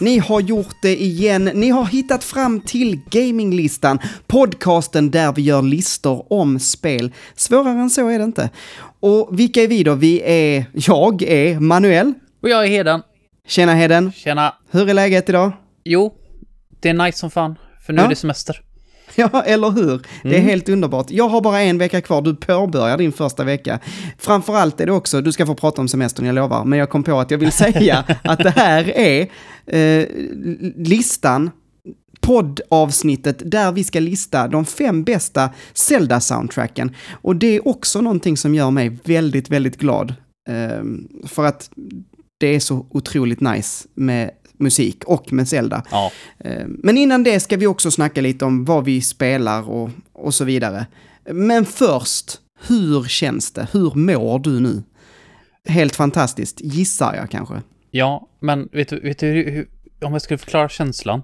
Ni har gjort det igen. Ni har hittat fram till Gaminglistan, podcasten där vi gör listor om spel. Svårare än så är det inte. Och vilka är vi då? Jag är Manuel. Och jag är Heden. Tjena Heden. Tjena. Hur är läget idag? Jo, det är nice som fan. För nu är det semester. Ja, eller hur? Det är helt underbart. Jag har bara en vecka kvar. Du påbörjar din första vecka. Framförallt är det också, du ska få prata om semestern, jag lovar. Men jag kom på att jag vill säga att det här är listan, poddavsnittet där vi ska lista de 5 bästa Zelda-soundtracken. Och det är också någonting som gör mig väldigt, väldigt glad. För att det är så otroligt nice med musik och med Zelda. Ja. Men innan det ska vi också snacka lite om vad vi spelar och så vidare. Men först, hur känns det? Hur mår du nu? Helt fantastiskt, gissar jag kanske. Ja, men vet du hur, om jag skulle förklara känslan.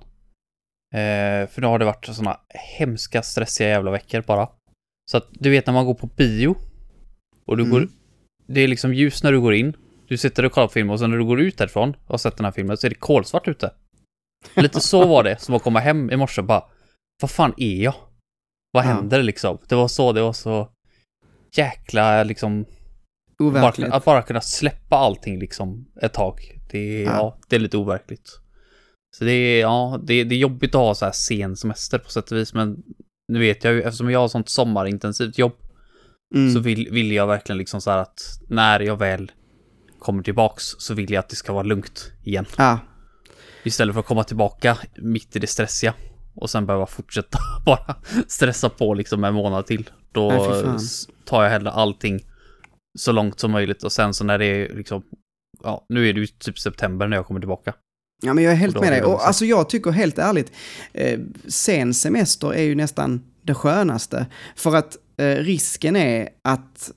För då har det varit såna hemska, stressiga jävla veckor bara. Så att du vet när man går på bio och du går, det är liksom ljus när du går in. Du sitter och kollar på film och sen när du går ut därifrån och har sett den här filmen så är det kolsvart ute. Lite så var det som att komma hem i morse och bara, vad fan är jag? Vad händer liksom? Det var så jäkla liksom Overkligt. att bara kunna släppa allting liksom ett tag. Det är lite overkligt. Så det är jobbigt att ha så här sen semester på sätt och vis, men nu vet jag ju, eftersom jag har sånt sommarintensivt jobb så vill jag verkligen liksom så här att när jag väl kommer tillbaks så vill jag att det ska vara lugnt igen. Ja. Istället för att komma tillbaka mitt i det stressiga och sen behöva fortsätta bara stressa på liksom en månad till. Då tar jag hellre allting så långt som möjligt och sen så när det är liksom, nu är det ju typ september när jag kommer tillbaka. Ja, men jag är helt med dig. Och alltså jag tycker helt ärligt, sen semester är ju nästan det skönaste. För att risken är att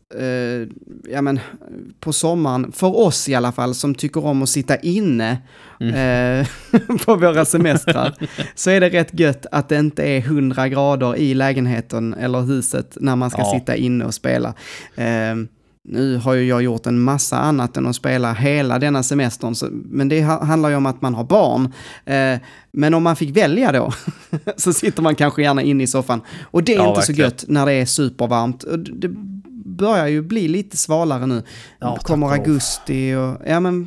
på sommaren, för oss i alla fall som tycker om att sitta inne på våra semestrar, så är det rätt gött att det inte är 100 grader i lägenheten eller huset när man ska sitta inne och spela. Nu har ju jag gjort en massa annat än att spela hela denna semestern, men det handlar ju om att man har barn. Men om man fick välja då så sitter man kanske gärna inne i soffan. Och det är inte verkligen så gött när det är supervarmt. Det börjar ju bli lite svalare nu. Det kommer augusti och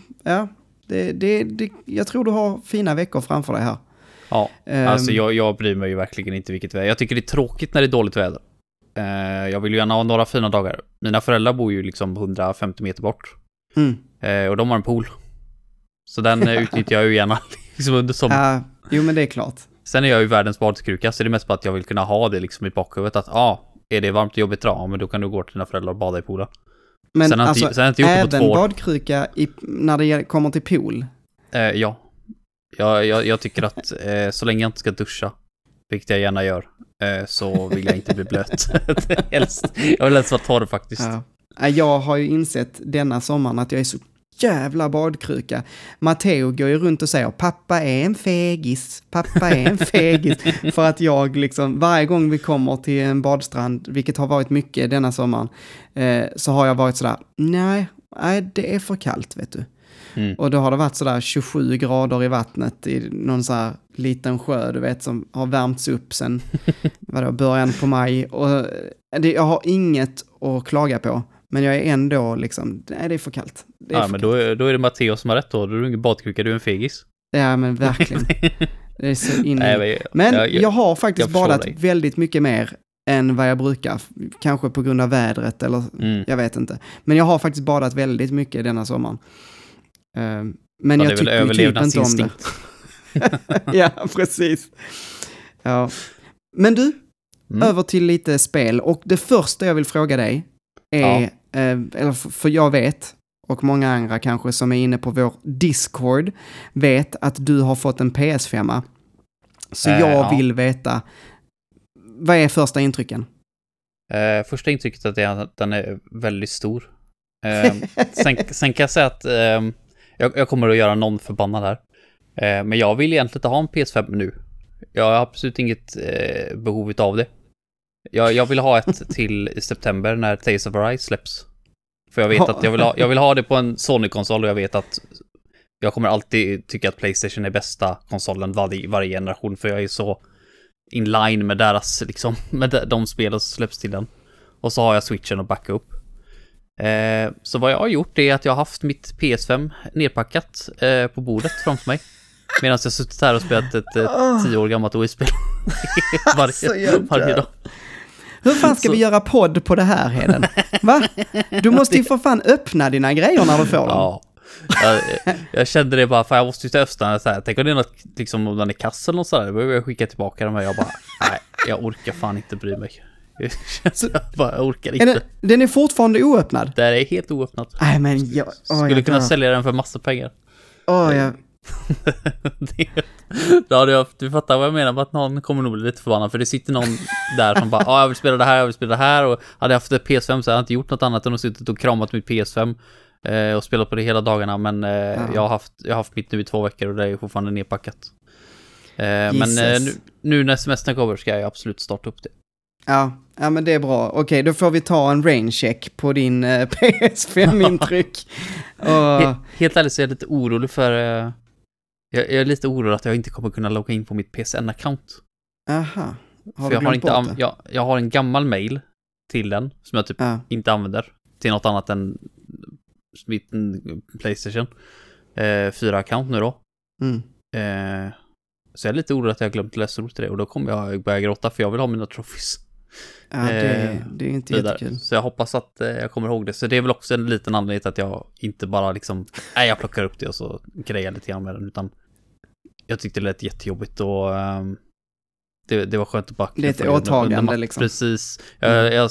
jag tror du har fina veckor framför dig här. Ja, alltså jag bryr mig ju verkligen inte vilket väder. Jag tycker det är tråkigt när det är dåligt väder. Jag vill ju gärna ha några fina dagar. Mina föräldrar bor ju liksom 150 meter bort. Och de har en pool. Så den utnyttjar jag ju gärna liksom under sommaren. Jo, men det är klart. Sen är jag ju världens badkruka, så det är mest bara att jag vill kunna ha det liksom i bakhuvudet att är det varmt och jobbigt då, men då kan du gå till dina föräldrar och bada i poolen. Men sen alltså, även badkruka när det kommer till pool? Ja. Jag tycker att så länge jag inte ska duscha, vilket jag gärna gör, så vill jag inte bli blöt. Jag vill helst vara torr faktiskt. Ja. Jag har ju insett denna sommaren att jag är så jävla badkruka. Matteo går ju runt och säger pappa är en fegis, pappa är en fegis. För att jag liksom, varje gång vi kommer till en badstrand, vilket har varit mycket denna sommaren, så har jag varit sådär, nej, det är för kallt, vet du. Och då har det varit sådär 27 grader i vattnet i någon så här liten sjö, du vet, som har värmts upp sen början på maj. Och jag har inget att klaga på, men jag är ändå liksom, nej, det är för kallt. Men då är det Matteo som har rätt då. Du är ingen badkruka, du är en fegis. Ja, men verkligen. Det är så jag har faktiskt badat väldigt mycket mer än vad jag brukar. Kanske på grund av vädret eller jag vet inte. Men jag har faktiskt badat väldigt mycket denna sommaren. Men jag tycker typ inte om det. Ja, precis. Ja. Men du, över till lite spel. Och det första jag vill fråga dig är, eller för jag vet, och många andra kanske som är inne på vår Discord vet att du har fått en PS5. Så jag vill veta, vad är första intrycken? Första intrycket är att den är väldigt stor. Sen kan jag säga att jag kommer att göra någon förbannad här. Men jag vill egentligen inte ha en PS5 nu. Jag har absolut inget behov av det. Jag vill ha ett till i september när Tales of Arise släpps. För jag vet att jag vill ha det på en Sony-konsol och jag vet att jag kommer alltid tycka att PlayStation är bästa konsolen varje generation, för jag är så in line med deras, liksom, med de spel som släpps till den. Och så har jag Switchen och backup. Så vad jag har gjort är att jag har haft mitt PS5 nedpackat på bordet framför mig. Medan jag suttit här och spelat ett 10 år gammalt Wii-spel varje dag. Hur fan ska vi göra podd på det här, Heden? Va? Du måste ju för fan öppna dina grejer när du får dem. Ja. Jag kände det bara, för jag måste ju öppna så här. Tänk om det är något, liksom, om den är kass eller något sådär. Då behöver jag skicka tillbaka dem här. Jag bara, nej, jag orkar fan inte bry mig. Jag orkar inte. Den är fortfarande oöppnad? Det är helt oöppnad. Nej, men jag skulle kunna sälja den för massa pengar. Du fattar vad jag menar, att någon kommer nog bli lite förbannad, för det sitter någon där som bara, jag vill spela det här, jag vill spela det här, och hade jag haft ett PS5 så hade jag inte gjort något annat än att suttit och kramat mitt PS5 och spelat på det hela dagarna, men jag har haft mitt nu i 2 veckor och det är fortfarande nedpackat. Men nu när semestern kommer ska jag absolut starta upp det. Ja, men det är bra. Okej, då får vi ta en rain check på din PS5-intryck. Helt ärligt så är jag lite orolig för... jag är lite orolig att jag inte kommer kunna logga in på mitt PSN-account. Aha. Jag har en gammal mail till den som jag typ inte använder till något annat än mitt PlayStation 4-account nu då. Så jag är lite orolig att jag har glömt lösenord till det, och då kommer jag börja gråta, för jag vill ha mina trophies. Ja, det är inte jättekul. Så jag hoppas att jag kommer ihåg det. Så det är väl också en liten anledning till att jag inte bara liksom, jag plockar upp det och så grejer lite grann med den, utan jag tyckte det lät jättejobbigt, och det var skönt att bara... Lite åtagande liksom. Precis. Jag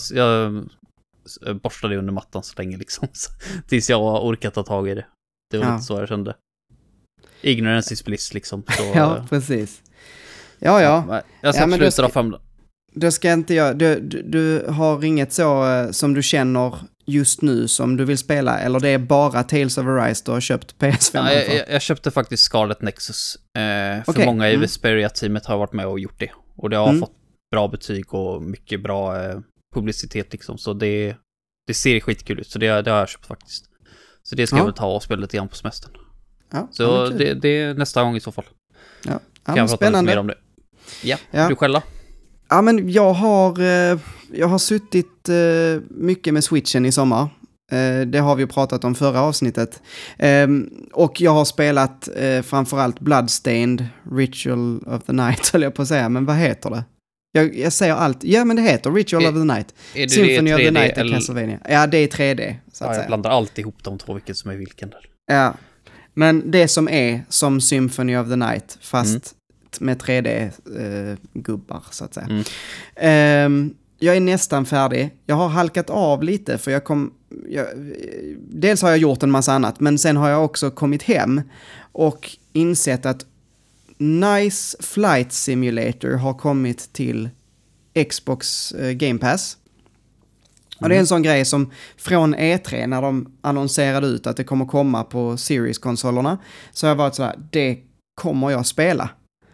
borstade under mattan så länge liksom, tills jag orkat ta tag i det. Det var lite så jag kände. Ignorance is bliss liksom. Så, ja, precis. Ja. Jag ska absolut dra fram det. Då ska inte jag... Du har inget så som du känner just nu som du vill spela, eller det är bara Tales of Arise du har köpt PS5 för? Jag köpte faktiskt Scarlet Nexus. För många i Vesperia-teamet har varit med och gjort det. Och det har fått bra betyg och mycket bra publicitet liksom. Så det ser skitkul ut. Så det har jag köpt faktiskt. Så det ska jag väl ta och spela lite grann på semestern. Ja, så det är nästa gång i så fall. Ja, kan jag prata lite mer om det. Ja, du själv då? Ja, men jag har suttit mycket med Switchen i sommar. Det har vi ju pratat om förra avsnittet. Och jag har spelat framförallt Bloodstained, Ritual of the Night, höll jag på att säga. Men vad heter det? Jag säger allt. Ja, men det heter Ritual of the Night. Är det Symphony det 3D, of the Night eller? i Castlevania. Ja, det är 3D, så att säga. Jag blandar alltid ihop de två, vilket som är vilken där. Ja, men det som är som Symphony of the Night, fast med 3D-gubbar, så att säga. Jag är nästan färdig. Jag har halkat av lite, för dels har jag gjort en massa annat, men sen har jag också kommit hem och insett att Nice Flight Simulator har kommit till Xbox Game Pass. Och det är en sån grej som från E3, när de annonserade ut att det kommer komma på Series-konsolerna, så har jag varit sådär, det kommer jag spela.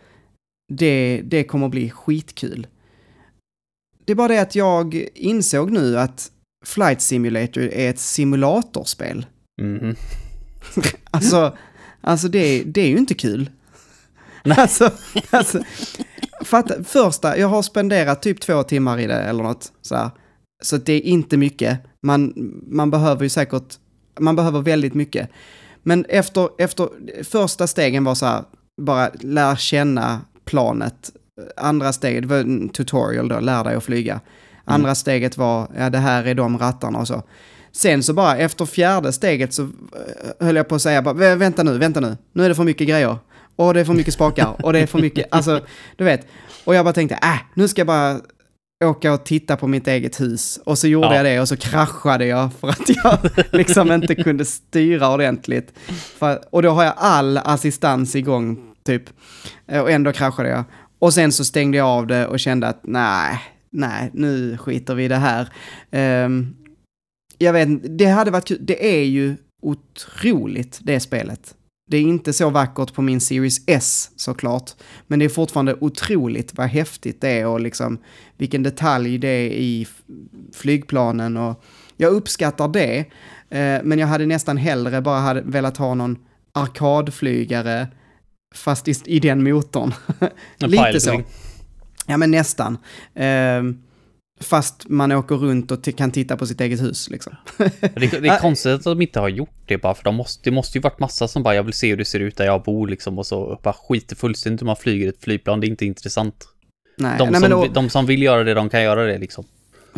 Det kommer bli skitkul. Det är bara det att jag insåg nu att Flight Simulator är ett simulatorspel. Alltså det är ju inte kul. Alltså, första, jag har spenderat typ 2 timmar i det eller något så här. Så det är inte mycket. Man behöver ju säkert, man behöver väldigt mycket. Men efter första stegen var så här, bara lär känna planet. Andra steget var en tutorial då, lär dig att flyga. Andra steget var, det här är de rattarna och så. Sen så bara efter 4:e steget så höll jag på att säga, bara, vänta nu, nu är det för mycket grejer. Och det är för mycket spakar, och det är för mycket, alltså, du vet. Och jag bara tänkte, nu ska jag bara åka och titta på mitt eget hus. Och så gjorde jag det, och så kraschade jag för att jag liksom inte kunde styra ordentligt. Och då har jag all assistans igång, typ. Och ändå kraschade jag. Och sen så stängde jag av det och kände att nej, nu skiter vi i det här. Jag vet, det hade varit kul. Det är ju otroligt, det spelet. Det är inte så vackert på min Series S såklart, men det är fortfarande otroligt vad häftigt det är, och liksom vilken detalj det är i flygplanen, och jag uppskattar det, men jag hade nästan hellre bara velat ha någon arkadflygare fast i den motorn. Lite så. Ja, men nästan. Fast man åker runt och kan titta på sitt eget hus liksom. Det är konstigt att de inte har gjort det bara, för det måste ju varit massa som bara, jag vill se hur det ser ut där jag bor liksom, och så bara skiter fullständigt hur man flyger ett flygplan, det är inte intressant. Nej. De som vill göra det, de kan göra det liksom.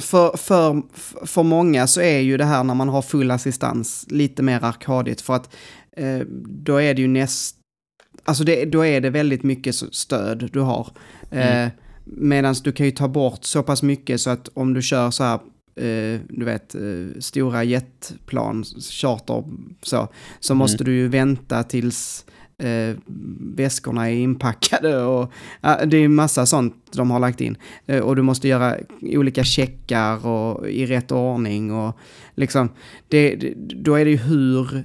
För många så är ju det här när man har full assistans lite mer arkadigt, för att då är det ju då är det väldigt mycket stöd du har. Medan du kan ju ta bort så pass mycket så att om du kör så här, du vet, stora jetplan, charter, så måste du ju vänta tills väskorna är inpackade, och det är massa sånt de har lagt in. Och du måste göra olika checkar och i rätt ordning, och liksom, då är det ju hur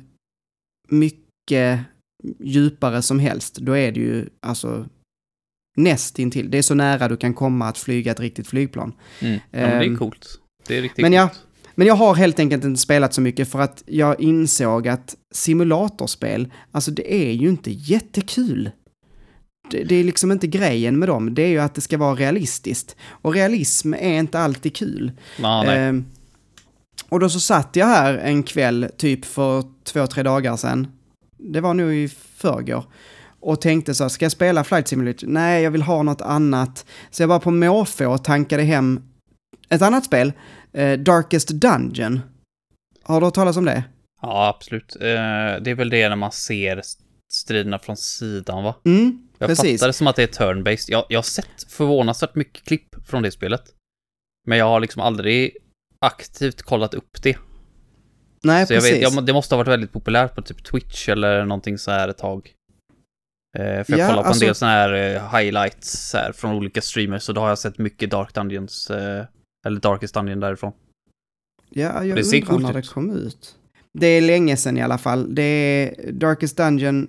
mycket djupare som helst. Då är det ju alltså nästintill. Det är så nära du kan komma att flyga ett riktigt flygplan. Ja, det är coolt. Det är riktigt coolt. Men jag har helt enkelt inte spelat så mycket, för att jag insåg att simulatorspel, alltså det är ju inte jättekul. Det är liksom inte grejen med dem. Det är ju att det ska vara realistiskt. Och realism är inte alltid kul. Nej. Och då så satt jag här en kväll typ för 2-3 dagar sedan. Det var nog i förrgår. Och tänkte så, ska jag spela Flight Simulator? Nej, jag vill ha något annat. Så jag bara på måfå tankade hem ett annat spel. Darkest Dungeon. Har du hört talas om det? Ja, absolut. Det är väl det när man ser striderna från sidan, va? Jag precis. fattar det som att det är turn-based. Jag har sett förvånansvärt mycket klipp från det spelet. Men jag har liksom aldrig aktivt kollat upp det. Nej, så precis. Jag vet, det måste ha varit väldigt populärt på typ Twitch eller någonting så här ett tag. För jag kollar på en del såna här highlights så här, från olika streamers, så då har jag sett mycket Dark Dungeons eller Darkest Dungeon därifrån. Ja, jag undrar när det kom ut. Det är länge sedan i alla fall. Det är Darkest Dungeon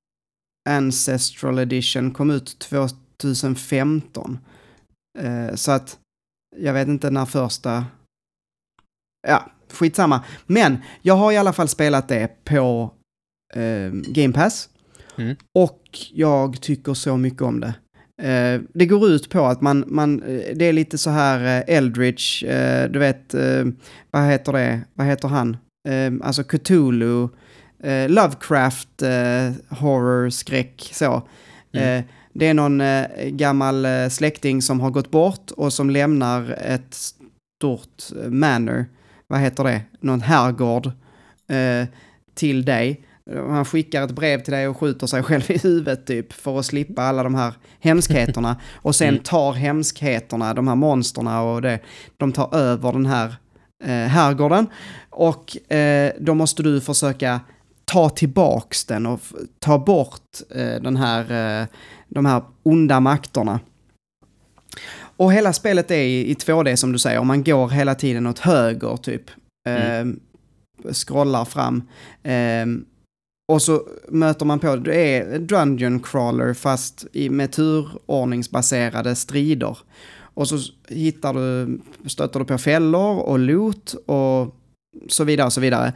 Ancestral Edition, kom ut 2015. Så att jag vet inte när första... Ja, skitsamma. Men jag har i alla fall spelat det på Game Pass. Och jag tycker så mycket om det. Det går ut på att man det är lite så här Eldritch, du vet, vad heter det? Vad heter han? Alltså Cthulhu, Lovecraft, horror, skräck, så. Det är någon gammal släkting som har gått bort och som lämnar ett stort manor, vad heter det? Någon herrgård till dig. Han skickar ett brev till dig och skjuter sig själv i huvudet typ för att slippa alla de här hemskheterna. Och sen tar hemskheterna, de här monsterna och det, de tar över den här herrgården. Och då måste du försöka ta tillbaks den och ta bort de här onda makterna. Och hela spelet är i 2D som du säger. Och man går hela tiden åt höger typ. Scrollar fram. Och så möter man på, det är Dungeon Crawler fast med turordningsbaserade strider. Och så stöter du på fällor och loot och så vidare och så vidare.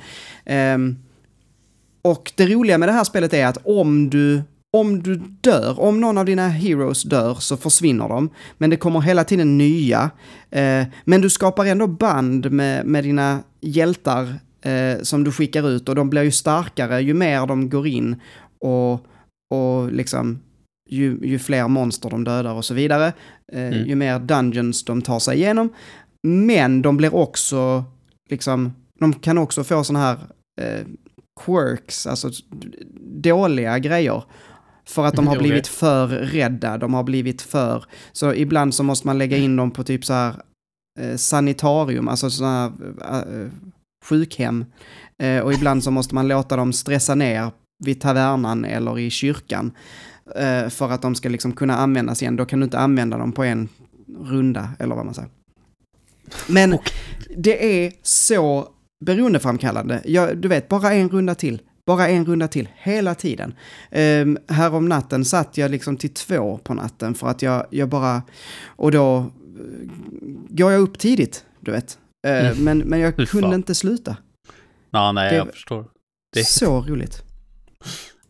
Och det roliga med det här spelet är att om du dör, om någon av dina heroes dör så försvinner de. Men det kommer hela tiden nya. Men du skapar ändå band med dina hjältar som du skickar ut, och de blir ju starkare ju mer de går in och liksom ju fler monster de dödar och så vidare, ju mer dungeons de tar sig igenom. Men de blir också liksom, de kan också få såna här quirks, alltså dåliga grejer, för att de har blivit för rädda, de har blivit för, så ibland så måste man lägga in dem på typ så här sanitarium, alltså såna här sjukhem, och ibland så måste man låta dem stressa ner vid tavernan eller i kyrkan för att de ska liksom kunna användas igen. Då kan du inte använda dem på en runda, eller vad man säger. Men det är så beroendeframkallande. Du vet, bara en runda till, hela tiden. Här om natten satt jag liksom till 2 på natten för att jag bara, och då går jag upp tidigt, du vet. Men jag kunde inte sluta. Nej, jag förstår. Det är så roligt.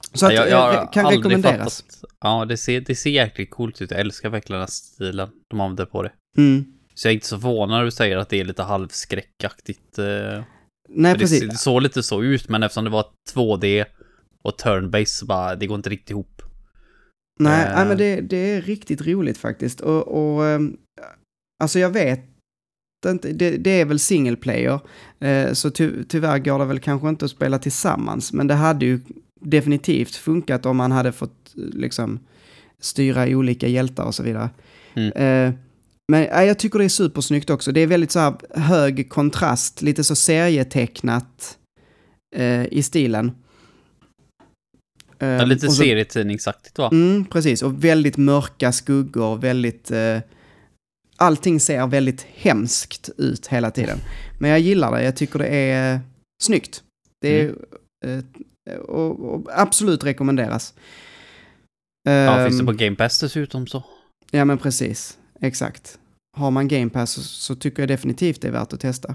Så att jag kan rekommenderas. Ja, det ser jäkligt coolt ut. Jag älskar verkligen den här stilen de använder på det. Så jag är inte så förvånad när du säger att det är lite halvskräckaktigt. Nej, precis. Det såg lite så ut, men eftersom det var 2D och turn-based så bara, det går inte riktigt ihop. Nej, men det är riktigt roligt faktiskt. Och alltså jag vet inte, det är väl single player. Så tyvärr går det väl kanske inte att spela tillsammans. Men det hade ju definitivt funkat om man hade fått liksom styra olika hjältar och så vidare. Men jag tycker det är supersnyggt också. Det är väldigt så här hög kontrast, lite så serietecknat i stilen. Lite serietidningsaktigt, va? Precis, och väldigt mörka skuggor, väldigt... allting ser väldigt hemskt ut hela tiden. Men jag gillar det, jag tycker det är snyggt. Det är... och absolut rekommenderas. Ja, finns det på Game Pass dessutom så? Ja, men precis. Exakt. Har man Game Pass så tycker jag definitivt det är värt att testa.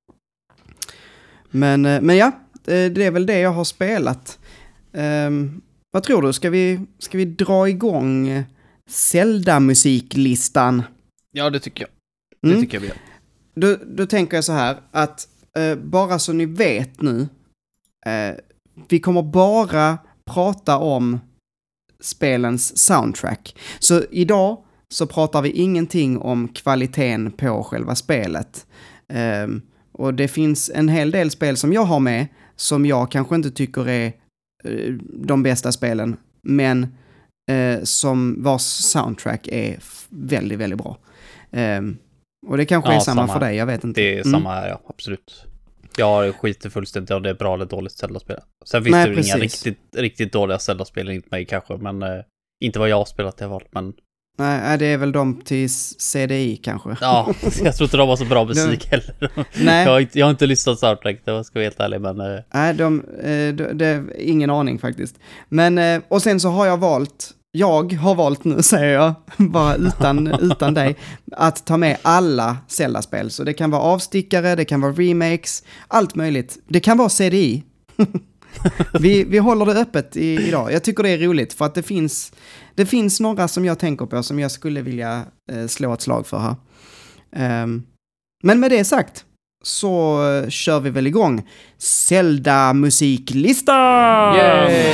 Men ja, det är väl det jag har spelat. Vad tror du? Ska vi dra igång Zelda-musiklistan? Ja, det tycker jag. Det tycker jag vi gör. Då tänker jag så här att bara så ni vet nu, vi kommer bara prata om spelens soundtrack. Så idag så pratar vi ingenting om kvaliteten på själva spelet. Och det finns en hel del spel som jag har med som jag kanske inte tycker är de bästa spelen, men som vars soundtrack är väldigt, väldigt bra. Och det kanske är samma för dig, jag vet inte. Det är samma här, ja, absolut. Jag skiter fullständigt om det är bra eller dåligt Zelda-spel. Sen finns det inga riktigt dåliga Zelda-spel enligt mig kanske, men inte vad jag har spelat i alla fall, men... Nej, det är väl de till CDI kanske. Ja, jag tror inte de har så bra musik heller. Nej. Jag har inte lyssnat soundtrack, det ska vara helt ärlig, men... Nej, det är ingen aning faktiskt. Men, och sen så har jag har valt nu, säger jag, bara utan dig, att ta med alla Zelda-spel. Så det kan vara avstickare, det kan vara remakes, allt möjligt. Det kan vara CDI. vi håller det öppet idag. Jag tycker det är roligt för att det finns några som jag tänker på som jag skulle vilja slå ett slag för här. Men med det sagt så kör vi väl igång Zelda-musiklista! Yay!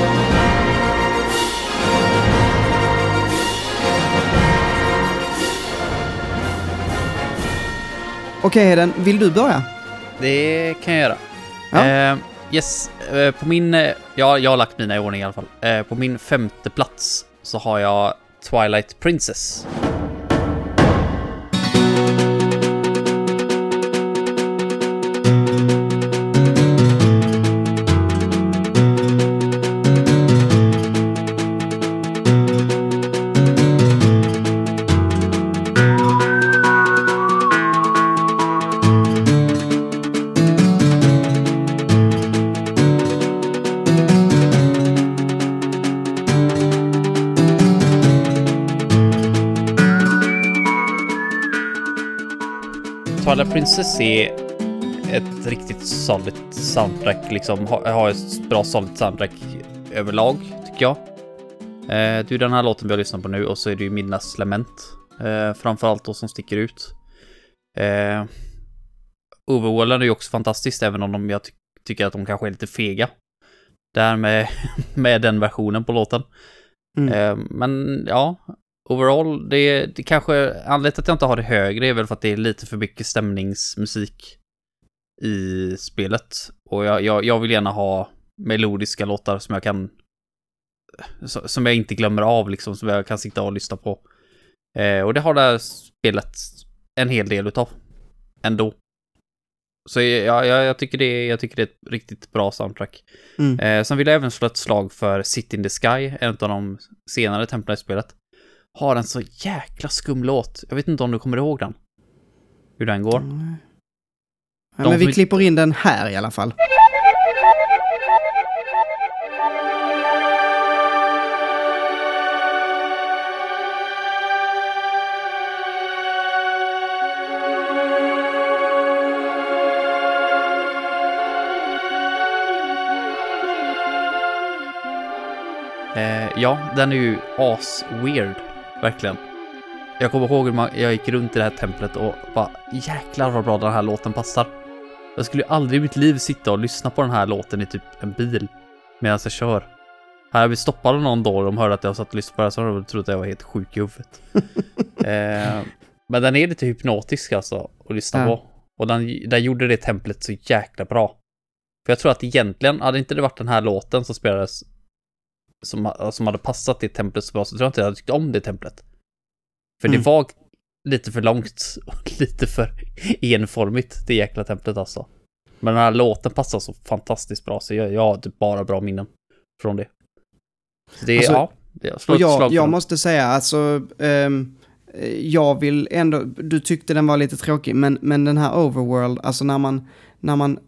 Okej, Heden, vill du börja? Det kan jag göra. Ja. Yes, på min... jag har lagt mina i ordning i alla fall. På min 5:e plats så har jag Twilight Princess. Twilight Princess är ett riktigt solid soundtrack, liksom har ett bra solid soundtrack överlag, tycker jag. Det är den här låten vi har lyssnat på nu, och så är det ju Midnas Lament framförallt då som sticker ut. Overallen är ju också fantastiskt, även om jag tycker att de kanske är lite fega där med den versionen på låten. Men ja, overall, det kanske anledningen till att jag inte har det högre är väl för att det är lite för mycket stämningsmusik i spelet. Och jag vill gärna ha melodiska låtar som jag inte glömmer av, liksom, som jag kan sitta och lyssna på. Och det har det här spelet en hel del utav ändå. Så jag tycker det är ett riktigt bra soundtrack. Sen vill jag även slå ett slag för City in the Sky, en av de senare templarna i spelet. Har en så jäkla skum låt. Jag vet inte om du kommer ihåg den. Hur den går. Ja, men vi klipper in den här i alla fall. Ja, den är ju as-weird. Verkligen. Jag kommer ihåg hur jag gick runt i det här templet och bara, jäklar vad bra den här låten passar. Jag skulle ju aldrig i mitt liv sitta och lyssna på den här låten i typ en bil medan jag kör. Här vi stoppade någon då och de hörde att jag satt och lyssnade på det, så de trodde att jag var helt sjuk i huvudet. Men den är lite hypnotisk alltså att lyssna på. Och den gjorde det templet så jäkla bra. För jag tror att egentligen hade inte det varit den här låten som spelades som hade passat i templet så bra, så tror jag inte jag hade tyckt om det templet. För det var lite för långt och lite för enformigt, det jäkla templet alltså. Men den här låten passar så fantastiskt bra, så jag har typ bara bra minnen från det. Så det är, jag måste säga, alltså jag vill ändå, du tyckte den var lite tråkig, men den här Overworld, alltså när man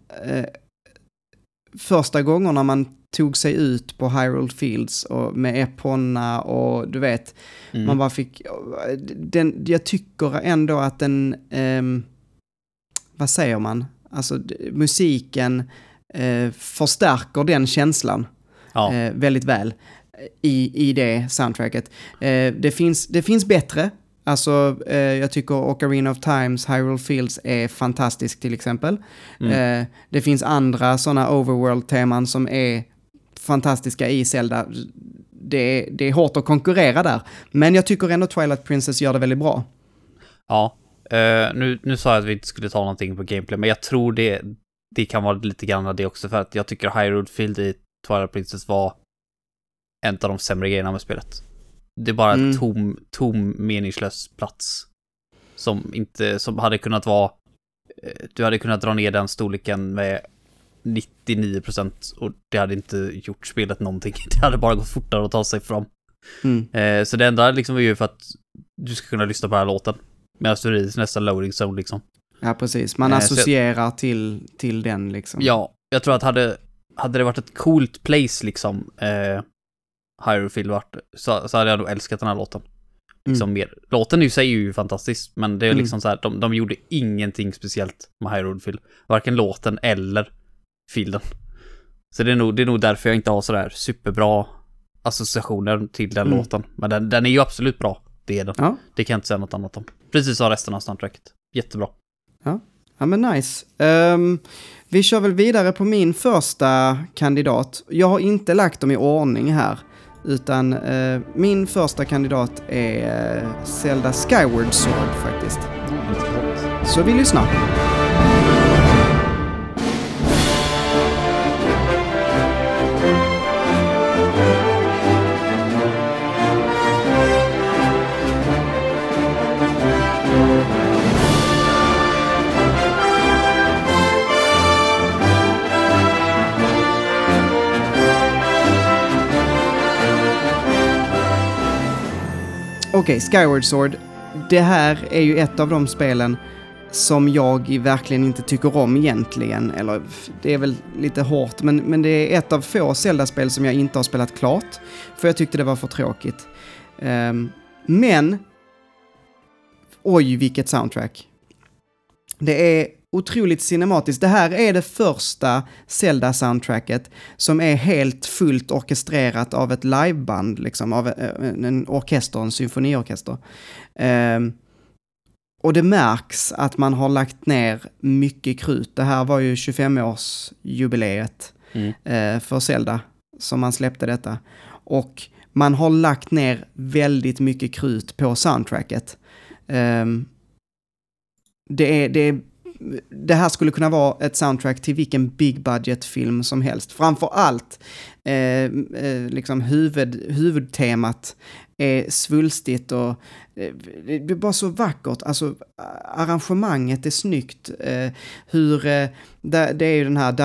första gångerna man tog sig ut på Hyrule Fields och med Epona och du vet, man bara fick jag tycker ändå att den vad säger man? Alltså musiken förstärker den känslan väldigt väl i det soundtracket. Det finns bättre. Alltså, jag tycker Ocarina of Times, Hyrule Fields är fantastisk till exempel. Det finns andra sådana overworld-teman som är fantastiska i Zelda. Det är hårt att konkurrera där. Men jag tycker ändå Twilight Princess gör det väldigt bra. Ja, nu sa jag att vi inte skulle ta någonting på gameplay, men jag tror det kan vara lite grann det också, för att jag tycker Hyrule Field i Twilight Princess var en av de sämre grejerna med spelet. Det är bara en tom meningslös plats som hade kunnat vara, du hade kunnat dra ner den storleken med 99% och det hade inte gjort spelet någonting. Det hade bara gått fortare att ta sig fram. Så det enda liksom var ju för att du ska kunna lyssna på den här låten medan du är i nästa loading zone liksom. Ja, precis. Man associerar till den liksom. Ja, jag tror att hade det varit ett coolt place liksom, Hyrule Field vart, så hade jag nog älskat den här låten. Liksom mer. Låten i sig är ju fantastisk, men det är liksom så här, de gjorde ingenting speciellt med Hyrule Field. Varken låten eller fielden. Så det är nog därför jag inte har sådär superbra associationer till den låten. Men den är ju absolut bra. Det är den. Ja. Det kan jag inte säga något annat om. Precis som resten av soundtracket. Jättebra. Ja, men nice. Vi kör väl vidare på min första kandidat. Jag har inte lagt dem i ordning här. Utan min första kandidat är Zelda Skyward Sword faktiskt. Så vi lyssnar. Okej, Skyward Sword. Det här är ju ett av de spelen som jag verkligen inte tycker om egentligen. Eller, det är väl lite hårt, men det är ett av få Zelda-spel som jag inte har spelat klart. För jag tyckte det var för tråkigt. Men, oj vilket soundtrack. Det är otroligt cinematiskt. Det här är det första Zelda-soundtracket som är helt fullt orkestrerat av ett liveband, liksom, av en orkester, en symfoniorkester. Och det märks att man har lagt ner mycket krut. Det här var ju 25-årsjubileet för Zelda som man släppte detta. Och man har lagt ner väldigt mycket krut på soundtracket. Det här skulle kunna vara ett soundtrack till vilken big budget film som helst. Framför allt liksom huvudtemat är svulstigt och det är bara så vackert. Alltså arrangemanget är snyggt. Det är ju den här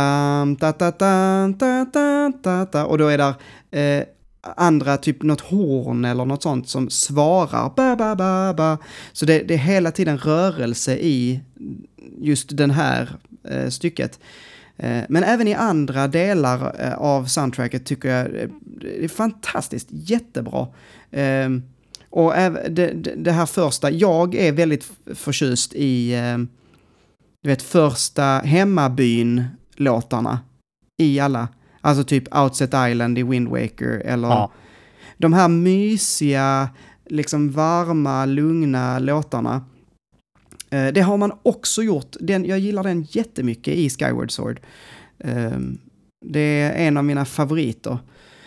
och då är där andra typ något horn eller något sånt som svarar ba ba ba ba. Så det är hela tiden rörelse i just den här stycket. Men även i andra delar av soundtracket tycker jag det är fantastiskt, jättebra. Och det här första, jag är väldigt förtjust i du vet första hemmabyn-låtarna i alla. Alltså typ Outset Island i Wind Waker eller de här mysiga, liksom varma, lugna låtarna. Det har man också gjort. Jag gillar den jättemycket i Skyward Sword. Det är en av mina favoriter.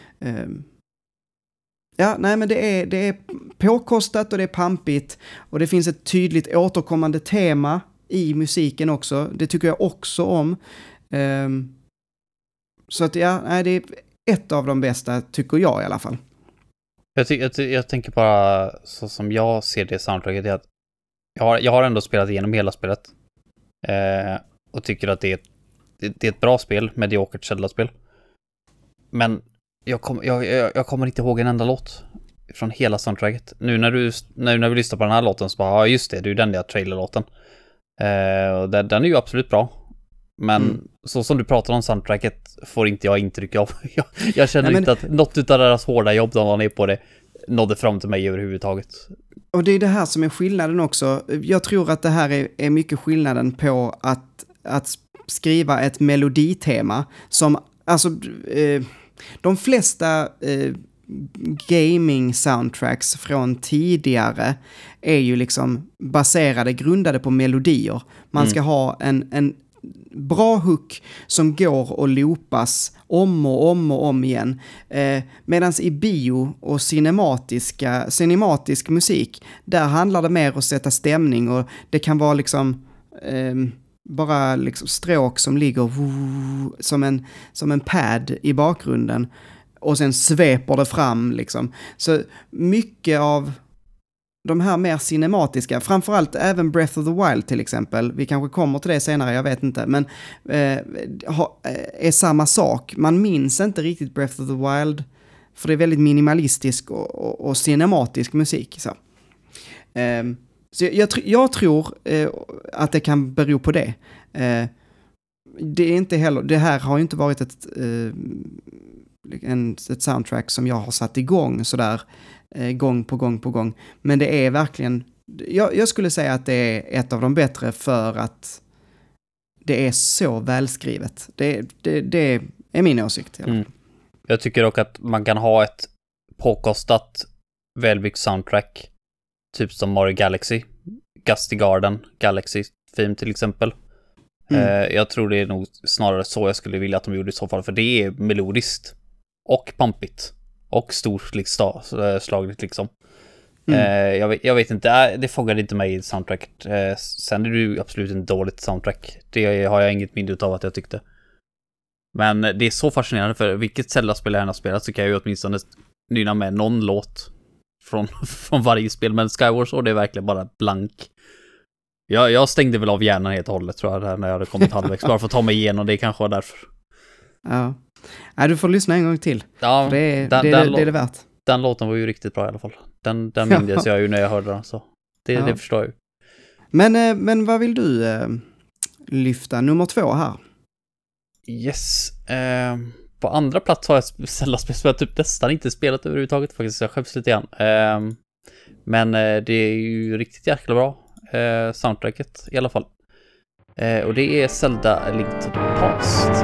Ja, nej, men det är påkostat och det är pampigt. Och det finns ett tydligt återkommande tema i musiken också. Det tycker jag också om. Så att ja, nej, det är ett av de bästa, tycker jag i alla fall. Jag tänker bara, så som jag ser det soundtracket, är att jag har ändå spelat igenom hela spelet. Och tycker att det är ett bra spel, mediokert Zelda-spel. Men jag kommer inte ihåg en enda låt från hela soundtracket. Nu när vi lyssnar på den här låten så bara, ja just det är ju den där trailerlåten. Och den är ju absolut bra. Men så som du pratar om soundtracket får inte jag intryck av. Jag känner inte att något av deras hårda jobb de var ner på det nådde fram till mig överhuvudtaget. Och det är det här som är skillnaden också. Jag tror att det här är mycket skillnaden på att skriva ett meloditema som, alltså de flesta gaming soundtracks från tidigare är ju liksom grundade på melodier. Man ska ha en bra hook som går och loopas om och om igen. Medans i bio och cinematisk musik, där handlar det mer om att sätta stämning, och det kan vara liksom bara liksom stråk som ligger som en pad i bakgrunden, och sen sveper det fram liksom. Så mycket av de här mer cinematiska, framförallt även Breath of the Wild till exempel, vi kanske kommer till det senare, jag vet inte, men är samma sak. Man minns inte riktigt Breath of the Wild, för det är väldigt minimalistisk och cinematisk musik. Så jag tror att det kan bero på det. Det är inte heller, det här har ju inte varit ett soundtrack som jag har satt igång sådär gång på gång. Men det är verkligen, jag skulle säga att det är ett av de bättre för att det är så välskrivet. Det är min åsikt. Jag tycker dock att man kan ha ett påkostat, välbyggt soundtrack, typ som Mario Galaxy, Gusty Garden, Galaxy Theme till exempel. Jag tror det är nog snarare så jag skulle vilja att de gjorde i så fall, för det är melodiskt och pampigt och storslagligt liksom. Jag vet inte, det fångade inte mig i soundtracket. Sen är det ju absolut en dåligt soundtrack. Det har jag inget minne av att jag tyckte. Men det är så fascinerande, för vilket Zelda-spel jag än har spelat så kan jag ju åtminstone nynna med någon låt från varje spel. Men Skyward Sword är verkligen bara blank. Jag stängde väl av hjärnan helt och hållet, tror jag, där när jag hade kommit halvvägs. Bara för att ta mig igenom, det kanske var därför. Ja. Nej, du får lyssna en gång till. Ja, det är det värt. Den låten var ju riktigt bra i alla fall. Den mindes jag ju när jag hörde den, så det förstår jag ju. Men vad vill du lyfta? Nummer 2 här. Yes. På andra plats har jag Zelda-spel som jag typ nästan inte spelat överhuvudtaget faktiskt. Jag skäms lite grann. Men det är ju riktigt jäkla bra. Soundtracket i alla fall. Och det är Zelda A Link to the Past.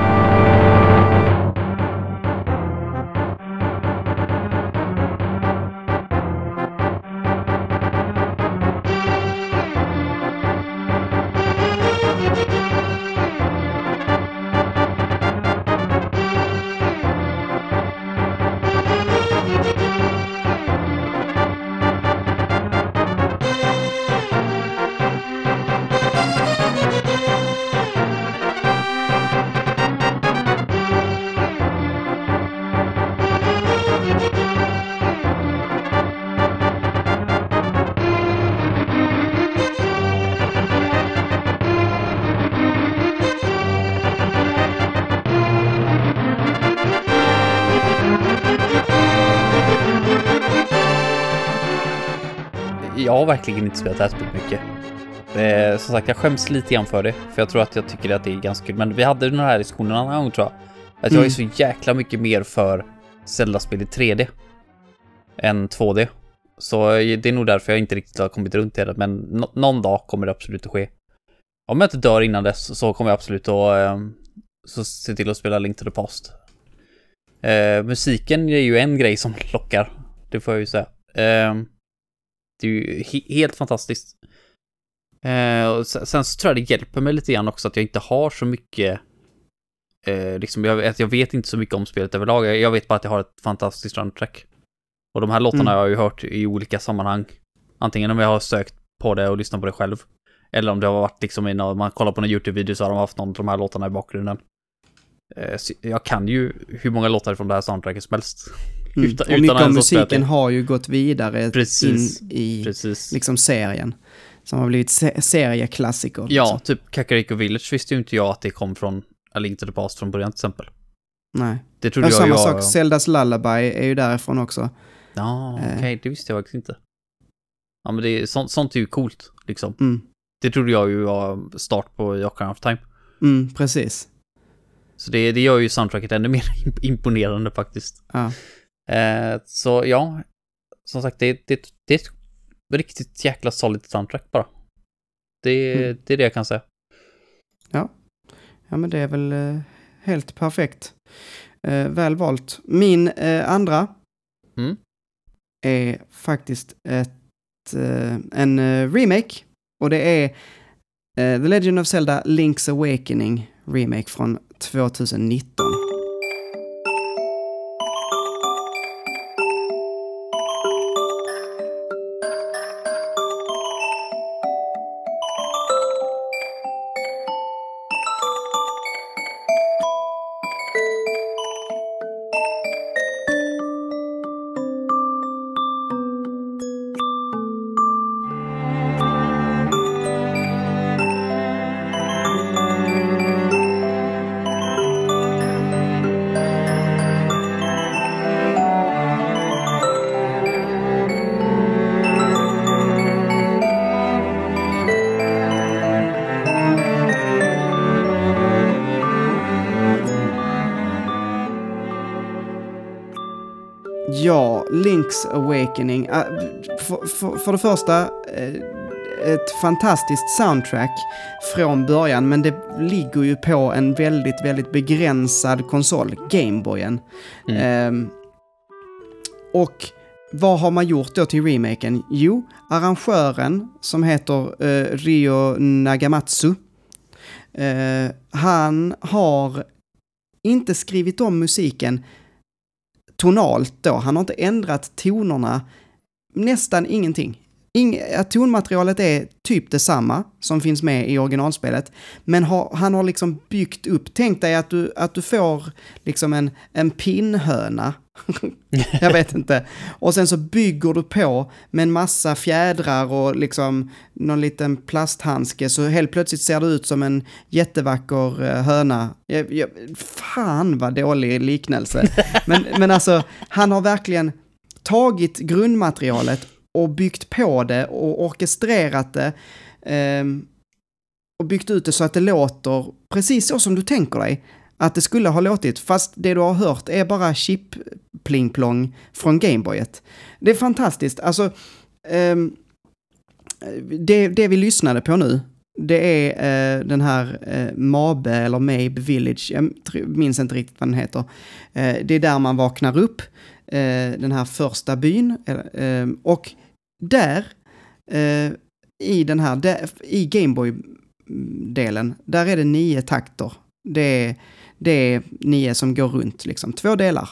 Jag har verkligen inte spelat det här spelet mycket. Som sagt, jag skäms lite grann för det. För jag tror att jag tycker att det är ganska kul. Men vi hade den här diskussionen en annan gång, tror jag. Att jag är så jäkla mycket mer för Zelda-spel i 3D än 2D. Så det är nog därför jag inte riktigt har kommit runt till det. Men någon dag kommer det absolut att ske. Om jag inte dör innan dess så kommer jag absolut att se till att spela Link to the Past. Musiken är ju en grej som lockar, det får jag ju säga. Det är ju helt fantastiskt. Och sen så tror jag det hjälper mig lite grann också att jag inte har så mycket liksom, jag vet inte så mycket om spelet överlag. Jag vet bara att jag har ett fantastiskt soundtrack. Och de här låtarna har jag ju hört i olika sammanhang. Antingen om jag har sökt på det och lyssnat på det själv, eller om det har varit liksom när man kollar på någon YouTube-video så har de haft någon av de här låtarna i bakgrunden. Jag kan ju hur många låtar från det här soundtracket som helst. Och mycket av musiken har ju gått vidare in i liksom serien. Som har blivit serieklassiker. Ja, liksom. Typ Kakariko Village visste ju inte jag att det kom från A Link to the Past från början till exempel. Nej. Det trodde samma sak, Zeldas Lullaby är ju därifrån också. Ja, okej, det visste jag faktiskt inte. Ja, men det är, sånt är ju coolt, liksom. Det trodde jag ju var start på Ocarina of Time. Precis. Så det gör ju soundtracket ännu mer imponerande faktiskt. Ja. Så ja, som sagt, det är ett riktigt jäkla solid soundtrack bara. Det är det jag kan säga. Ja, men det är väl helt perfekt. Väl valt. Min andra är faktiskt en remake. Och det är The Legend of Zelda Link's Awakening remake från 2019. Ja, Link's Awakening. För det första, ett fantastiskt soundtrack från början, men det ligger ju på en väldigt, väldigt begränsad konsol, Gameboyen. Och vad har man gjort då till remaken? Jo, arrangören som heter Ryo Nagamatsu, han har inte skrivit om musiken tonalt då. Han har inte ändrat tonerna, nästan ingenting. Tonmaterialet är typ detsamma som finns med i originalspelet, men han har liksom byggt upp. Tänk dig att du får liksom en pinnhöna. Jag vet inte. Och sen så bygger du på med en massa fjädrar och liksom någon liten plasthandske, så helt plötsligt ser det ut som en jättevacker höna. Fan vad dålig liknelse. Men alltså, han har verkligen tagit grundmaterialet och byggt på det och orkestrerat det och byggt ut det så att det låter precis så som du tänker dig att det skulle ha låtit, fast det du har hört är bara chip-pling-plong från Gameboyet. Det är fantastiskt. Alltså, det vi lyssnade på nu, det är den här Mabe eller Mabe Village, jag minns inte riktigt vad den heter. Det är där man vaknar upp, den här första byn, och där i den här i Gameboy-delen, där är det 9 takter. Det är 9 som går runt, liksom 2 delar.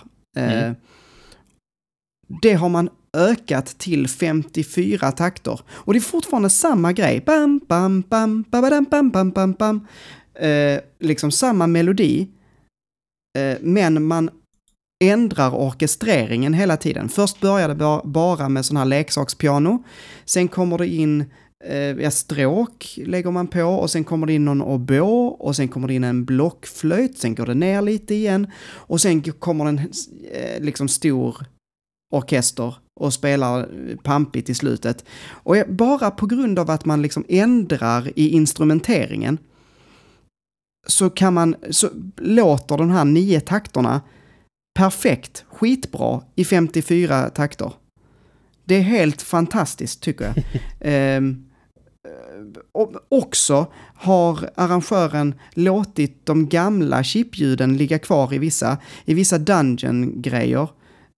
Det har man ökat till 54 takter. Och det är fortfarande samma grej. Bam, bam, bam, bam, bam, bam, bam, bam. Liksom samma melodi. Men man ändrar orkestreringen hela tiden. Först börjar det bara med sån här leksakspiano. Sen kommer det in stråk lägger man på, och sen kommer det in någon oboe, och sen kommer det in en blockflöjt, sen går det ner lite igen, och sen kommer en liksom stor orkester och spelar pampigt i slutet. Och bara på grund av att man liksom ändrar i instrumenteringen så låter de här 9 takterna perfekt, skitbra i 54 takter. Det är helt fantastiskt, tycker jag. och också har arrangören låtit de gamla chipljuden ligga kvar i vissa dungeon-grejer,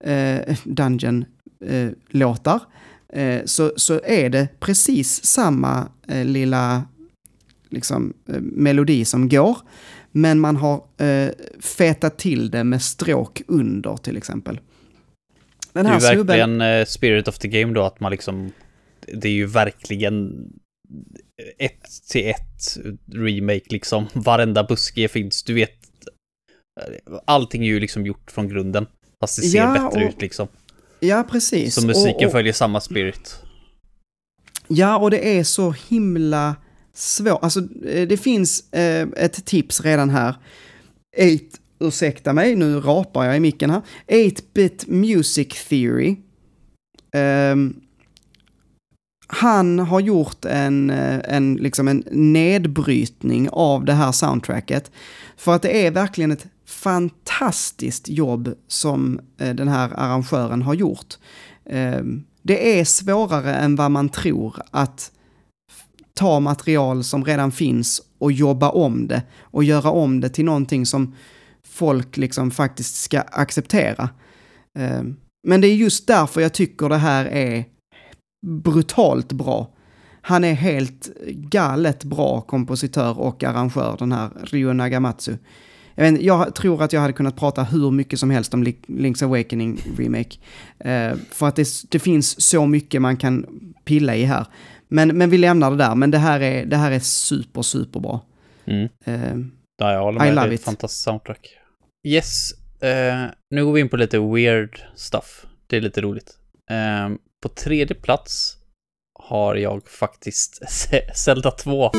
dungeon-låtar. Så är det precis samma lilla liksom, melodi som går, men man har fetat till det med stråk under till exempel. Den här det är ju verkligen spirit of the game då, att man liksom, det är ju verkligen 1:1 remake liksom. Varenda buske finns, du vet, allting är ju liksom gjort från grunden, fast det ser bättre ut liksom. Ja, precis. Så musiken följer samma spirit. Ja, och det är så himla svårt. Alltså, det finns ett tips redan här. Ursäkta mig, nu rapar jag i micken här. 8-bit Music Theory. Han har gjort en nedbrytning av det här soundtracket. För att det är verkligen ett fantastiskt jobb som den här arrangören har gjort. Det är svårare än vad man tror att ta material som redan finns och jobba om det och göra om det till någonting som folk liksom faktiskt ska acceptera. Men det är just därför jag tycker det här är brutalt bra. Han är helt galet bra kompositör och arrangör, den här Ryo Nagamatsu. Jag tror att jag hade kunnat prata hur mycket som helst om Link's Awakening Remake. För att det finns så mycket man kan pilla i här. Men vi lämnar det där. Men det här är super bra. Ja, jag håller med. Det är ett fantastiskt soundtrack. Yes, nu går vi in på lite weird stuff. Det är lite roligt. På 3:e plats har jag faktiskt Zelda 2.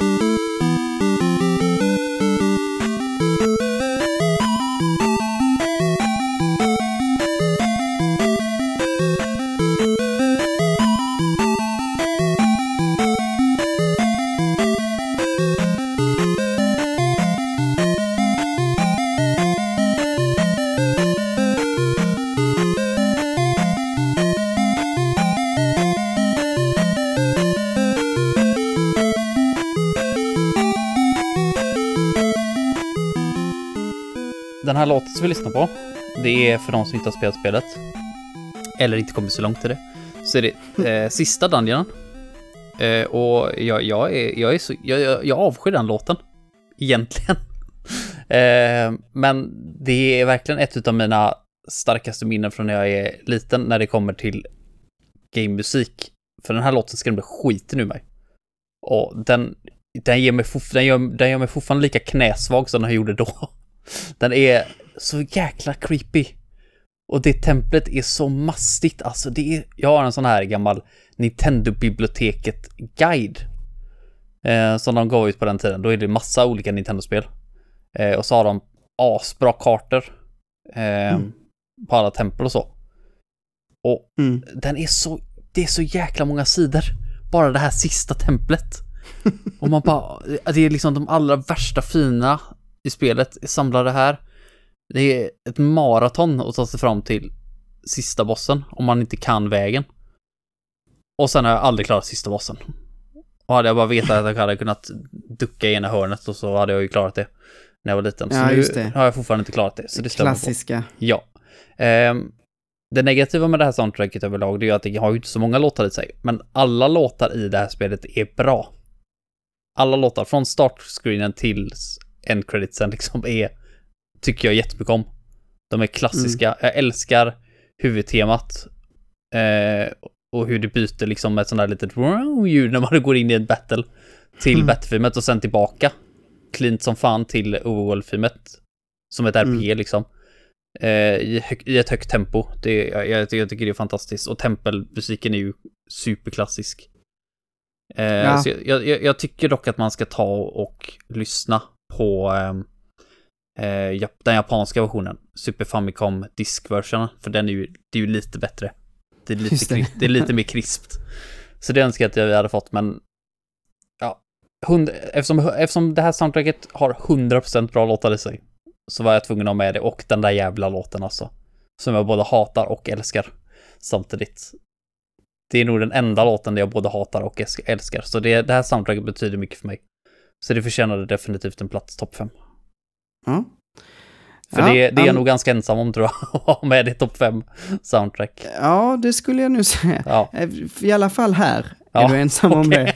Den här låten som vi lyssnar på, det är för de som inte har spelat spelet eller inte kommit så långt till det, så är det sista dungeonen. Och jag avskyr den låten egentligen. Men det är verkligen ett av mina starkaste minnen från när jag är liten när det kommer till game-musik. För den här låten skrämde skiten ur mig. Och den gör mig fortfarande lika knäsvag som den gjorde då. Den är så jäkla creepy. Och det templet är så mastigt. Alltså jag har en sån här gammal Nintendo-biblioteket-guide som de gav ut på den tiden. Då är det massa olika Nintendo-spel. Och så har de asbra kartor på alla tempel och så. Och det är så jäkla många sidor. Bara det här sista templet. Och man bara, det är liksom de allra värsta fina i spelet samlade här. Det är ett maraton att ta sig fram till sista bossen om man inte kan vägen. Och sen har jag aldrig klarat sista bossen. Och hade jag bara vetat att jag hade kunnat ducka i ena hörnet, och så hade jag ju klarat det när jag var liten. Så nu har jag fortfarande inte klarat det. Så det klassiska. Ja. Det negativa med det här soundtracket överlag, det är ju att det har ju inte så många låtar i sig. Men alla låtar i det här spelet är bra. Alla låtar från startscreenen till endcreditsen liksom tycker jag jättemycket om. De är klassiska. Jag älskar huvudtemat och hur det byter liksom med ett sånt där litet ljud när man går in i ett battle till Battlefieldet och sen tillbaka cleant som fan till Overworld-filmet som ett RPG liksom i ett högt tempo. Jag tycker det är fantastiskt, och tempelmusiken är ju superklassisk. Så jag tycker dock att man ska ta och lyssna på den japanska versionen, Super Famicom Disk-versionen, för det är ju lite bättre. Det är lite mer krispt. Så det önskar jag att jag hade fått, men ja, eftersom det här soundtracket har 100% bra låtar i sig, så var jag tvungen att ha med det, och den där jävla låten alltså, som jag både hatar och älskar samtidigt. det är nog den enda låten där jag både hatar och älskar. Så det här soundtracket betyder mycket för mig. Så det förtjänade definitivt en plats topp 5. Mm. För det är jag nog ganska ensam om, tror jag, att ha med det topp 5 soundtrack. Ja, det skulle jag nu säga. Ja. I alla fall här är du ensam om det.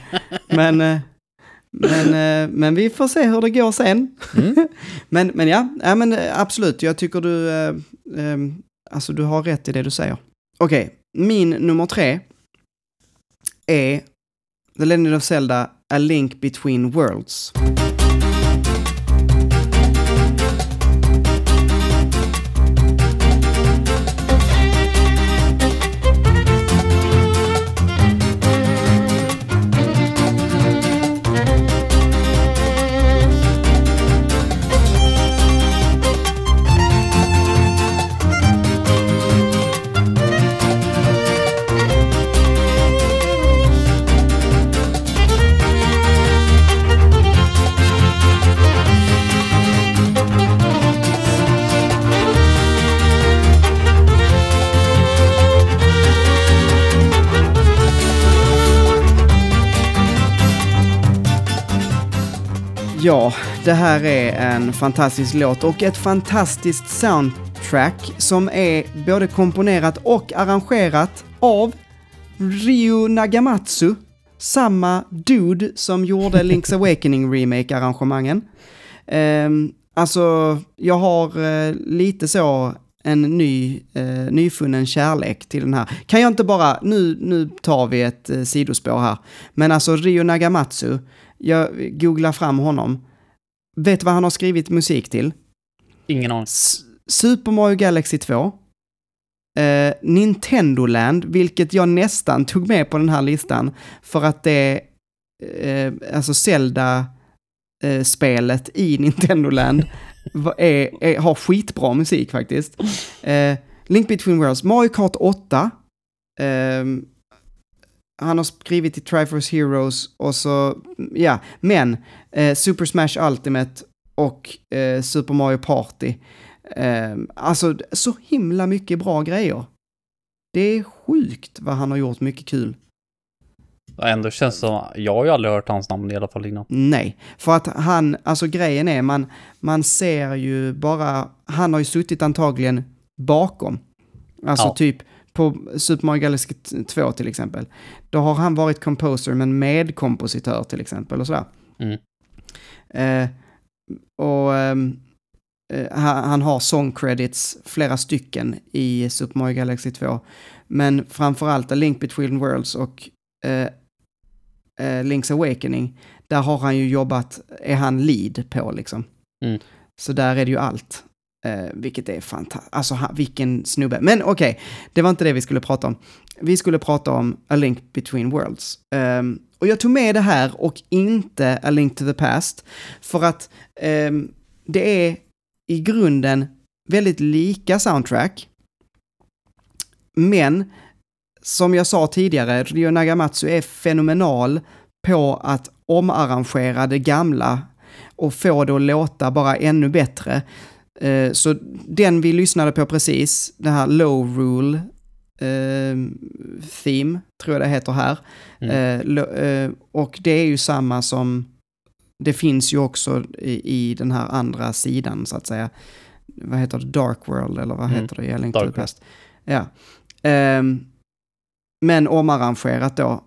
Men vi får se hur det går sen. Men absolut, jag tycker du har rätt i det du säger. Okej, min nummer 3 är The Legend of Zelda: A Link Between Worlds. Ja, det här är en fantastisk låt och ett fantastiskt soundtrack som är både komponerat och arrangerat av Ryu Nagamatsu, samma dude som gjorde Link's Awakening remake-arrangemangen. Alltså, jag har lite så en nyfunnen kärlek till den här. Kan jag inte bara, nu tar vi ett sidospår här, men alltså Ryu Nagamatsu, jag googlar fram honom. Vet du vad han har skrivit musik till? Ingen aning. Super Mario Galaxy 2. Nintendo Land, vilket jag nästan tog med på den här listan. För att det alltså Zelda-spelet i Nintendo Land har skitbra musik faktiskt. Link Between Worlds. Mario Kart 8. Han har skrivit i Triforce Heroes och så, ja, men Super Smash Ultimate och Super Mario Party. Alltså, så himla mycket bra grejer. Det är sjukt vad han har gjort mycket kul. Ändå känns som, jag har ju aldrig hört hans namn i alla fall innan. Nej, för att han, alltså grejen är, man ser ju bara, han har ju suttit antagligen bakom. Alltså typ på Super Mario Galaxy 2 till exempel. Då har han varit composer men medkompositör till exempel och sådär. Han har song credits, flera stycken i Super Mario Galaxy 2. Men framförallt A Link Between Worlds och Link's Awakening, där har han ju jobbat, är han lead på liksom. Så där är det ju allt. Vilket är fantastiskt. Alltså vilken snubbe. Men okej, det var inte det vi skulle prata om. Vi skulle prata om A Link Between Worlds. Och jag tog med det här och inte A Link to the Past. För att det är i grunden väldigt lika soundtrack. Men som jag sa tidigare, Ryo Nagamatsu är fenomenal på att omarrangera det gamla och få det att låta bara ännu bättre. Så den vi lyssnade på precis, det här Low Rule theme, tror jag det heter här. Och det är ju samma som, det finns ju också i den här andra sidan så att säga. Vad heter det? Dark World eller vad heter det? Jag längtar det bäst. Ja. Men omarrangerat då.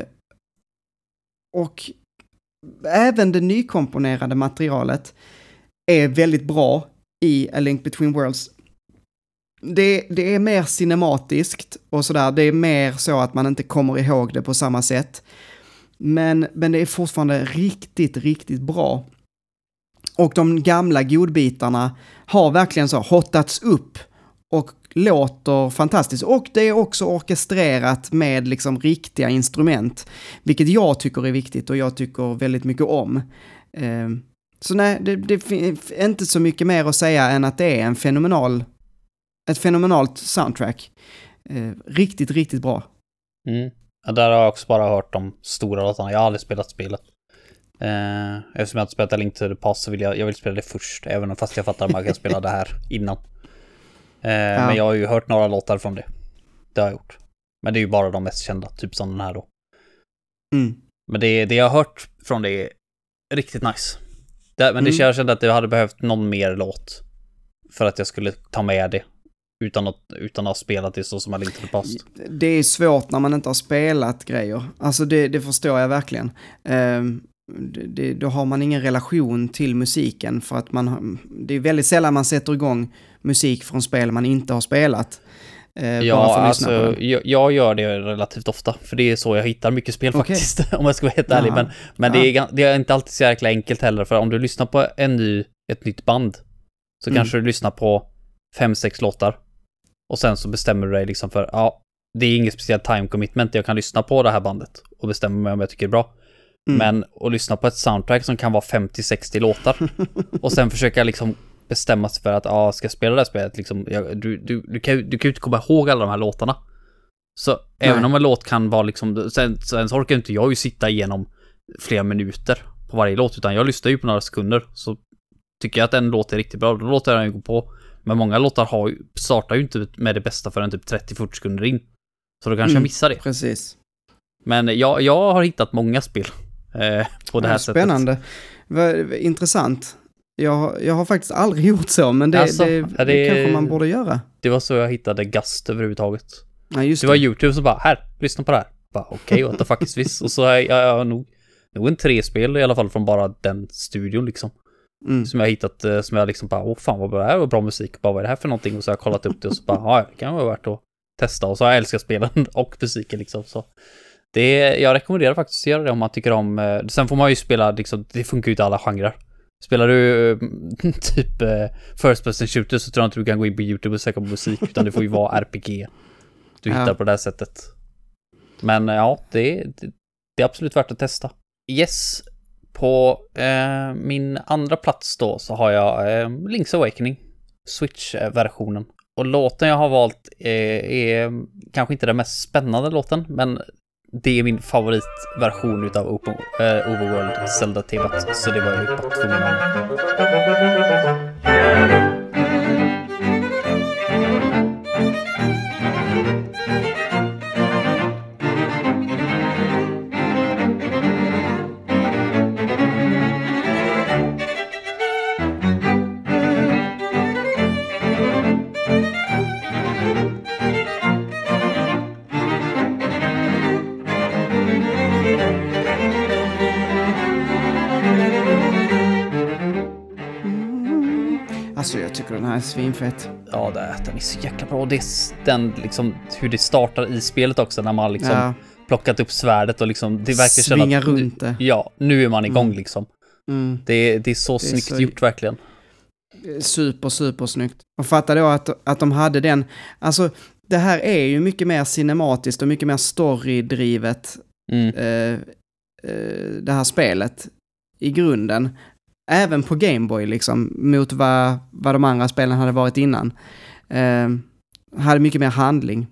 Och även det nykomponerade materialet är väldigt bra i A Link Between Worlds. Det är mer cinematiskt och sådär. Det är mer så att man inte kommer ihåg det på samma sätt. Men det är fortfarande riktigt, riktigt bra. Och de gamla godbitarna har verkligen så hottats upp och låter fantastiskt. Och det är också orkestrerat med liksom riktiga instrument. Vilket jag tycker är viktigt och jag tycker väldigt mycket om. Så nej, det finns inte så mycket mer att säga än att det är ett fenomenalt soundtrack. Riktigt, riktigt bra. Ja, där har jag också bara hört de stora låtarna. Jag har aldrig spelat spelet. Eftersom jag inte spelat A Link to the Past så vill jag spela det först. Även fast jag fattar att man kan spela det här innan. Men jag har ju hört några låtar från det. Det har jag gjort. Men det är ju bara de mest kända, typ som den här då. Mm. Men det jag har hört från det är riktigt nice. Men det kände att jag hade behövt någon mer låt för att jag skulle ta med det utan att ha spelat det så som A Link to the Past. Det är svårt när man inte har spelat grejer. Alltså det förstår jag verkligen. Då har man ingen relation till musiken för att det är väldigt sällan man sätter igång musik från spel man inte har spelat. Ja, alltså jag gör det relativt ofta, för det är så jag hittar mycket spel faktiskt, om jag ska vara helt ärlig. Men det är inte alltid så jäkla enkelt heller, för om du lyssnar på ett nytt band så kanske du lyssnar på 5-6 låtar och sen så bestämmer du dig liksom för, det är inget speciellt time commitment, jag kan lyssna på det här bandet och bestämma mig om jag tycker det är bra. Men att lyssna på ett soundtrack som kan vara 50-60 låtar och sen försöka liksom bestämma sig för att ska jag spela det här spelet liksom, du kan ju inte komma ihåg alla de här låtarna. Så även om en låt kan vara liksom, sen så orkar inte jag ju sitta igenom flera minuter på varje låt, utan jag lyssnar ju på några sekunder, så tycker jag att en låt är riktigt bra, då låter jag den gå på. Men många låtar startar ju inte med det bästa förrän typ 30-40 sekunder in, så då kanske jag missar det. Precis. Men jag har hittat många spel på det här sättet. Spännande. Intressant. Jag har faktiskt aldrig gjort så, men det kanske man borde göra. Det var så jag hittade Gust överhuvudtaget. Ja, just det var YouTube som bara, här, lyssna på det här. Okej, what the fuck is this? Och så har jag nog en 3 spel i alla fall från bara den studion liksom. Som jag har hittat, som jag liksom bara, fan vad bra, det här var bra musik. Bara, vad är det här för någonting? Och så har jag kollat upp det och så bara, det kan vara värt att testa. Och så har jag älskat spelen och musiken liksom. Så jag rekommenderar faktiskt att göra det om man tycker om. Sen får man ju spela, liksom, det funkar ju inte alla genrer. Spelar du typ first person shooter så tror jag inte du kan gå in på YouTube och söka på musik, utan det får ju vara RPG du hittar på det här sättet. Men det är absolut värt att testa. Yes, på min andra plats då så har jag Link's Awakening, Switch-versionen. Och låten jag har valt är kanske inte den mest spännande låten, men det är min favoritversion utav Overworld Zelda-temat, så det var ju bara tvungen om. Alltså jag tycker den här är svinfett. Ja, den är så jäkla bra. Och det är den liksom, hur det startar i spelet också, när man liksom plockat upp svärdet och liksom, det verkar svinga runt det. Ja, nu är man igång liksom. Det är så snyggt gjort verkligen. Super snyggt. Och fatta då att de hade den, alltså det här är ju mycket mer cinematiskt och mycket mer storydrivet det här spelet i grunden. Även på Game Boy liksom, mot vad de andra spelen hade varit innan. Hade mycket mer handling.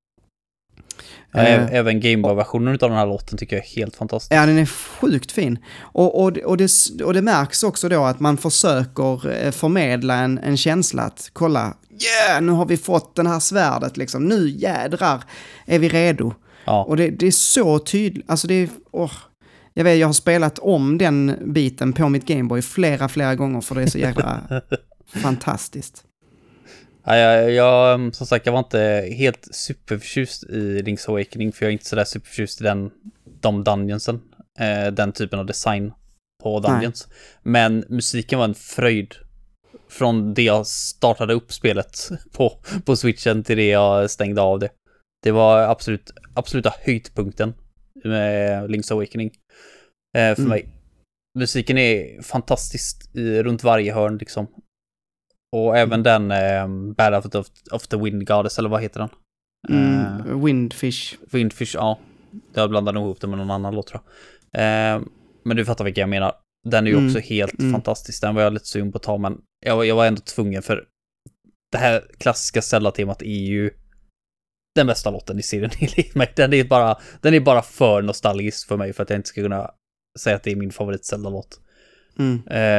Även Game Boy-versionen av den här låten tycker jag är helt fantastisk. Ja, den är sjukt fin. Och det märks också då att man försöker förmedla en känsla att kolla, nu har vi fått den här svärdet liksom. Nu jädrar är vi redo. Ja. Och det är så tydligt. Alltså det är... jag har spelat om den biten på mitt Game Boy flera gånger, för det är så jävla fantastiskt. Ja, jag som sagt, jag var inte helt superförtjust i Link's Awakening, för jag är inte sådär superförtjust i de dungeonsen. Den typen av design på dungeons. Nej. Men musiken var en fröjd från det jag startade upp spelet på Switchen till det jag stängde av det. Det var absoluta höjdpunkten med Link's Awakening. För mig. Musiken är fantastisk runt varje hörn liksom. Och även den Battle of the Wind Goddess, eller vad heter den? Windfish, ja. Jag blandar nog ihop det med någon annan låt, tror jag. Men du fattar vilka jag menar. Den är ju också helt fantastisk. Den var jag lite sugen på att ta, men jag var ändå tvungen, för det här klassiska Zelda-temat är ju den bästa låten i serien. Den är bara för nostalgisk för mig för att jag inte ska kunna säga att det är min favorit Zelda-låt.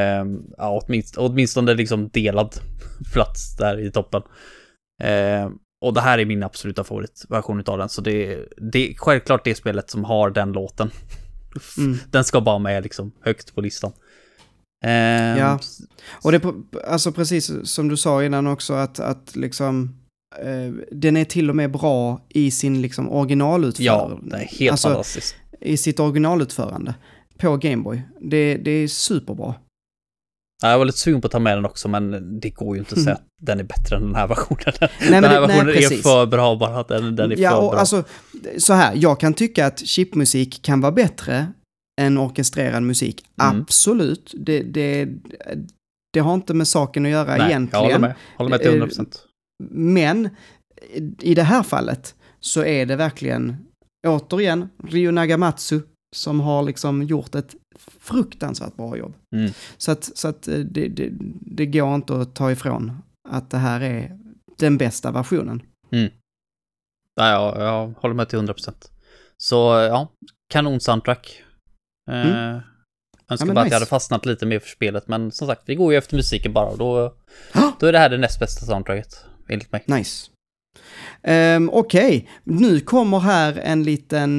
Åtminstone liksom delad plats där i toppen. Och det här är min absoluta favoritversion av den. Så det är självklart det spelet som har den låten. Den ska bara med liksom högt på listan. Ja, och det alltså precis som du sa innan också att liksom den är till och med bra i sin liksom originalutförande. Ja, det är helt fantastiskt. I sitt originalutförande på Game Boy. Det är superbra. Jag var lite sugen på att ta med den också, men det går ju inte att säga att den är bättre än den här versionen. Den här versionen är för bra bara att den är för bra. Alltså, så här, jag kan tycka att chipmusik kan vara bättre än orkestrerad musik. Absolut. Det har inte med saken att göra egentligen. Jag håller med till 100%. Men i det här fallet så är det verkligen återigen Ryo Nagamatsu som har liksom gjort ett fruktansvärt bra jobb. Så att det går inte att ta ifrån att det här är den bästa versionen. Nej, jag håller med till 100%. Så ja, kanon soundtrack. Önskar bara att jag hade fastnat lite mer för spelet, men som sagt, vi går ju efter musiken bara, och då är det här det näst bästa soundtracket, enligt mig. Nice. Okej, nu kommer här en liten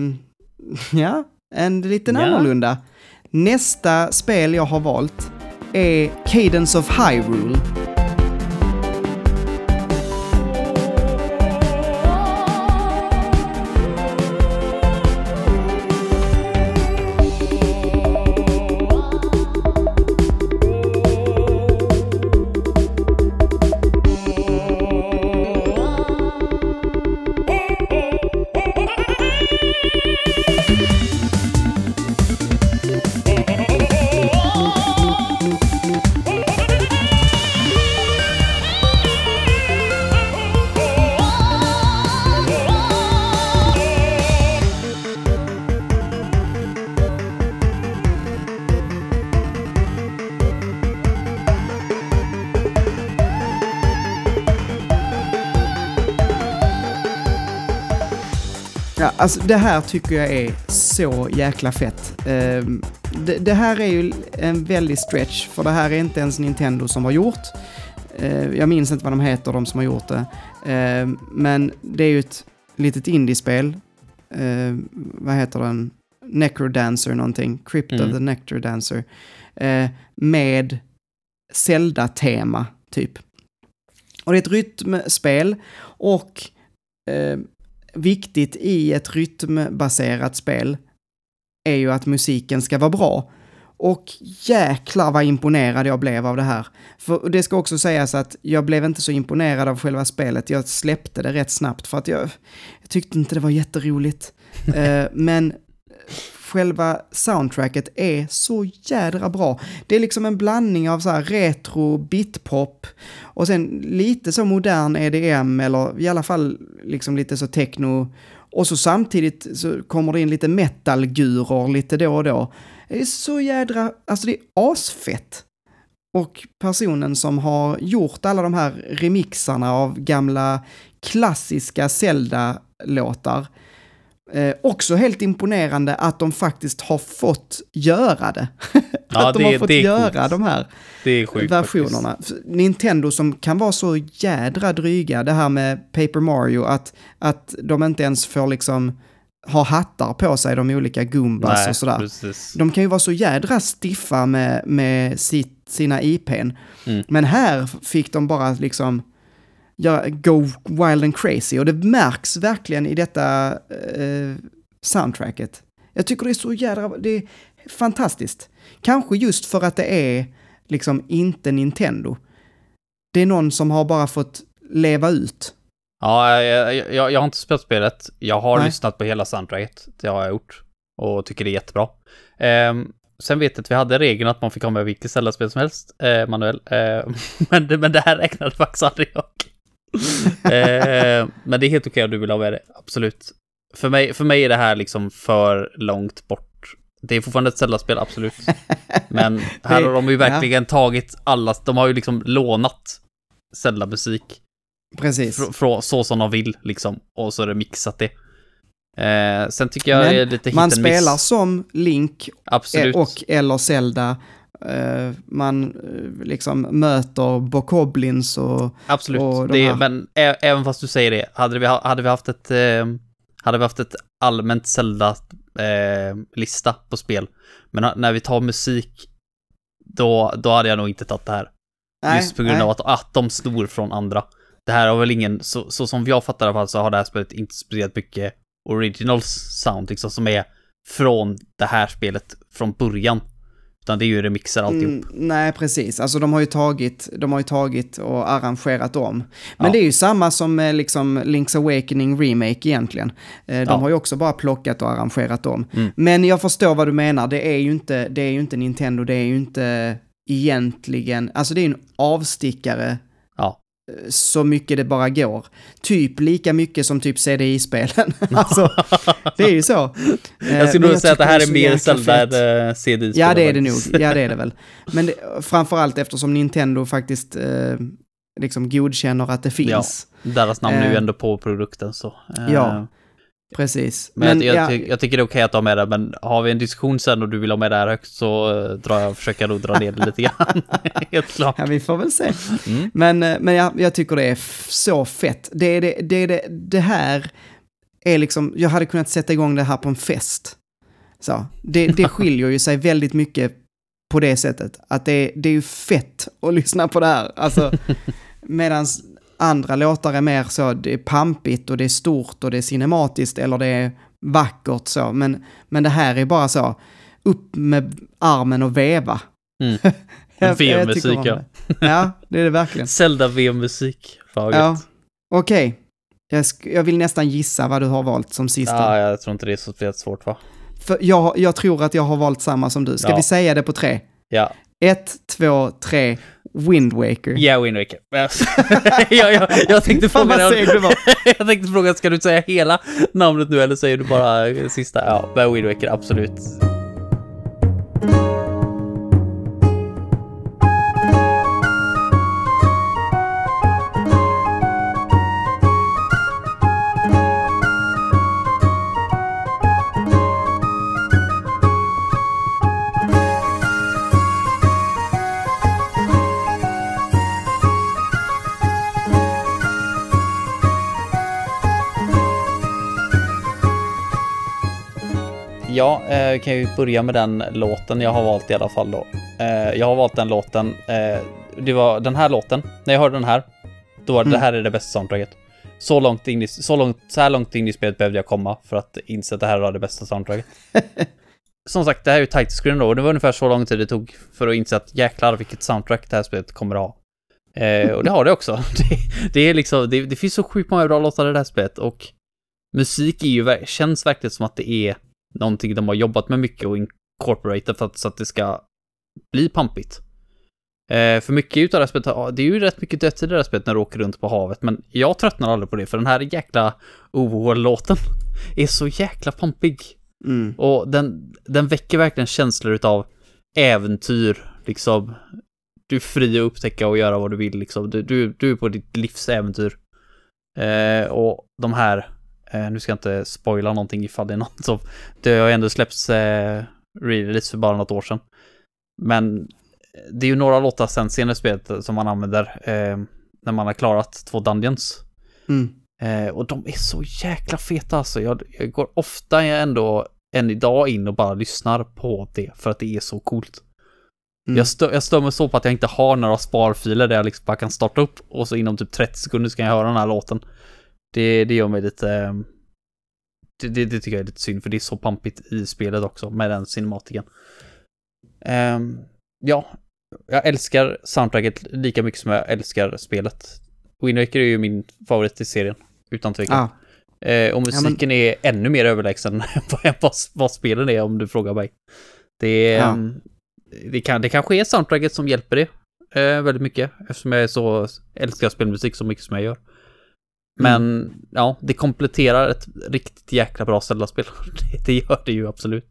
annorlunda. Nästa spel jag har valt är Cadence of Hyrule. Ja, alltså det här tycker jag är så jäkla fett. Det här är ju en väldig stretch, för det här är inte ens Nintendo som har gjort. Jag minns inte vad de heter, de som har gjort det. Men det är ju ett litet indiespel. Vad heter den? Necrodancer någonting. Crypt of the Necrodancer. Med Zelda-tema, typ. Och det är ett rytmspel, och viktigt i ett rytmbaserat spel är ju att musiken ska vara bra. Och jäklar vad imponerad jag blev av det här. För det ska också sägas att jag blev inte så imponerad av själva spelet. Jag släppte det rätt snabbt för att jag tyckte inte det var jätteroligt. Men själva soundtracket är så jädra bra. Det är liksom en blandning av så här retro bitpop och sen lite så modern EDM, eller i alla fall liksom lite så techno, och så samtidigt så kommer det in lite metalgurer lite då och då. Det är så jädra, alltså det är asfett. Och personen som har gjort alla de här remixarna av gamla klassiska Zelda-låtar, också helt imponerande att de faktiskt har fått göra det. Ja, att de har fått göra de här versionerna. Faktiskt. Nintendo som kan vara så jädra dryga, det här med Paper Mario, att de inte ens får liksom ha hattar på sig, de olika Goombas. Nej, och sådär. Precis. De kan ju vara så jädra stiffa med sina IPn. Men här fick de bara liksom go wild and crazy, och det märks verkligen i detta soundtracket. Jag tycker det är så jädra, det är fantastiskt. Kanske just för att det är liksom inte Nintendo. Det är någon som har bara fått leva ut. Ja, jag har inte spelat spelet. Jag har lyssnat på hela soundtracket. Det har jag gjort. Och tycker det är jättebra. Sen vet jag att vi hade regeln att man fick ha med vilket Zelda-spel som helst, Manuel. Men det här räknade faktiskt aldrig jag. Men det är helt okej om du vill ha med det. Absolut. För mig är det här liksom för långt bort. Det är fortfarande ett Zelda-spel, absolut. Men här har de ju verkligen tagit alla. De har ju liksom lånat Zelda-musik. Precis. Så som de vill liksom. Och så är det mixat det. Sen tycker jag det är lite hit man and miss. spelar som Link. Absolut. Och eller Zelda. Mm. Man liksom möter bokoblins och... Absolut, och men även fast du säger det, hade vi haft ett allmänt Zelda-lista på spel, men när vi tar musik, då hade jag nog inte tagit det här. Just på grund av att de snor från andra. Det här har väl ingen, så som jag fattar i alla fall, så har det här spelet inte speciellt mycket original sound liksom, som är från det här spelet från början. Utan det är ju remixer alltihop. Nej, precis. Alltså de har ju tagit och arrangerat om. Men det är ju samma som liksom Link's Awakening Remake egentligen. De har ju också bara plockat och arrangerat om. Men jag förstår vad du menar. Det är ju inte Nintendo, det är ju inte egentligen, alltså det är en avstickare så mycket det bara går. Typ lika mycket som typ CDI-spelen. Alltså, det är ju så. Jag skulle nog säga att det här är mer Zelda än CDI-spelen. Ja, det är det nog. Ja, det är det väl. Men framförallt eftersom Nintendo faktiskt liksom godkänner att det finns. Ja, deras namn är ju ändå på produkten så. Ja. Precis. Men jag tycker det är okej att ha med det, men har vi en diskussion sen och du vill ha med det här högt så försöker jag nog dra ner det lite grann. Helt klart. Ja, vi får väl se. Men jag tycker det är så fett. Det här är liksom, jag hade kunnat sätta igång det här på en fest. Så, det skiljer ju sig väldigt mycket på det sättet. Att det är ju fett att lyssna på det här. Alltså, medans andra låtar är mer så, det är pampigt och det är stort och det är cinematiskt eller det är vackert så. Men det här är bara så, upp med armen och veva. VM-musik, ja. Ja, det är det verkligen. Zelda VM-musik. Ja, okej. Jag vill nästan gissa vad du har valt som sista. Ja, jag tror inte det är så svårt, va? För jag tror att jag har valt samma som du. Ska vi säga det på 3? Ja. 1, 2, 3... Wind Waker. Ja, Wind Waker. jag tänkte fråga, ska du säga hela namnet nu eller säger du bara sista? Ja, Wind Waker, absolut. Ja, kan ju börja med den låten jag har valt i alla fall då. Jag har valt den låten. Det var den här låten. När jag hörde den här, då var det här är det bästa soundtracket. Så här långt in i spelet behövde jag komma för att inse att det här var det bästa soundtracket. Som sagt, det här är ju tight screen då. Och det var ungefär så lång tid det tog för att inse att jäklar vilket soundtrack det här spelet kommer att ha. Och det har det också. Det är liksom, det finns så sjukt många bra låtar i det här spelet. Och musik är ju, känns verkligen som att det är någonting de har jobbat med mycket och incorporated så att det ska bli pampigt. För mycket utav det här spelet, det är ju rätt mycket dött i det här spelet när du åker runt på havet, men jag tröttnar aldrig på det, för den här jäkla overworld-låten är så jäkla pampig. Och den väcker verkligen känslor utav äventyr, liksom. Du är fri att upptäcka och göra vad du vill, liksom. Du är på ditt livsäventyr. Och de här nu ska jag inte spoila någonting ifall det är något som... Det har ju ändå släppts release för bara något år sedan. Men det är ju några låtar sen senare spelet som man använder när man har klarat 2 dungeons. Och de är så jäkla feta alltså. Jag går ofta ändå än idag in och bara lyssnar på det för att det är så coolt. Jag stör mig så på att jag inte har några sparfiler där jag liksom bara kan starta upp och så inom typ 30 sekunder ska jag höra den här låten. Det gör mig lite... Det tycker jag är lite synd, för det är så pampigt i spelet också med den cinematiken. Ja, jag älskar soundtracket lika mycket som jag älskar spelet. Wind Waker är ju min favorit i serien, utan tvekan. Och musiken är ännu mer överlägsen än vad spelen är, om du frågar mig. Det kanske är soundtracket som hjälper det väldigt mycket, eftersom jag älskar spelmusik så mycket som jag gör. Men ja, det kompletterar ett riktigt jäkla bra Zelda-spel. Det gör det ju absolut.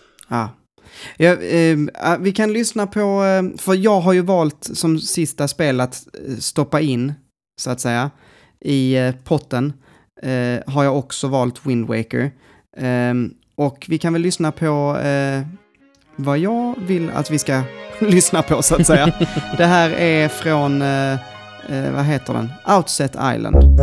Vi kan lyssna på, för jag har ju valt som sista spel att stoppa in, så att säga, i potten. Har jag också valt Wind Waker. Och vi kan väl lyssna på vad jag vill att vi ska lyssna på, så att säga. Det här är från, vad heter den? Outset Island.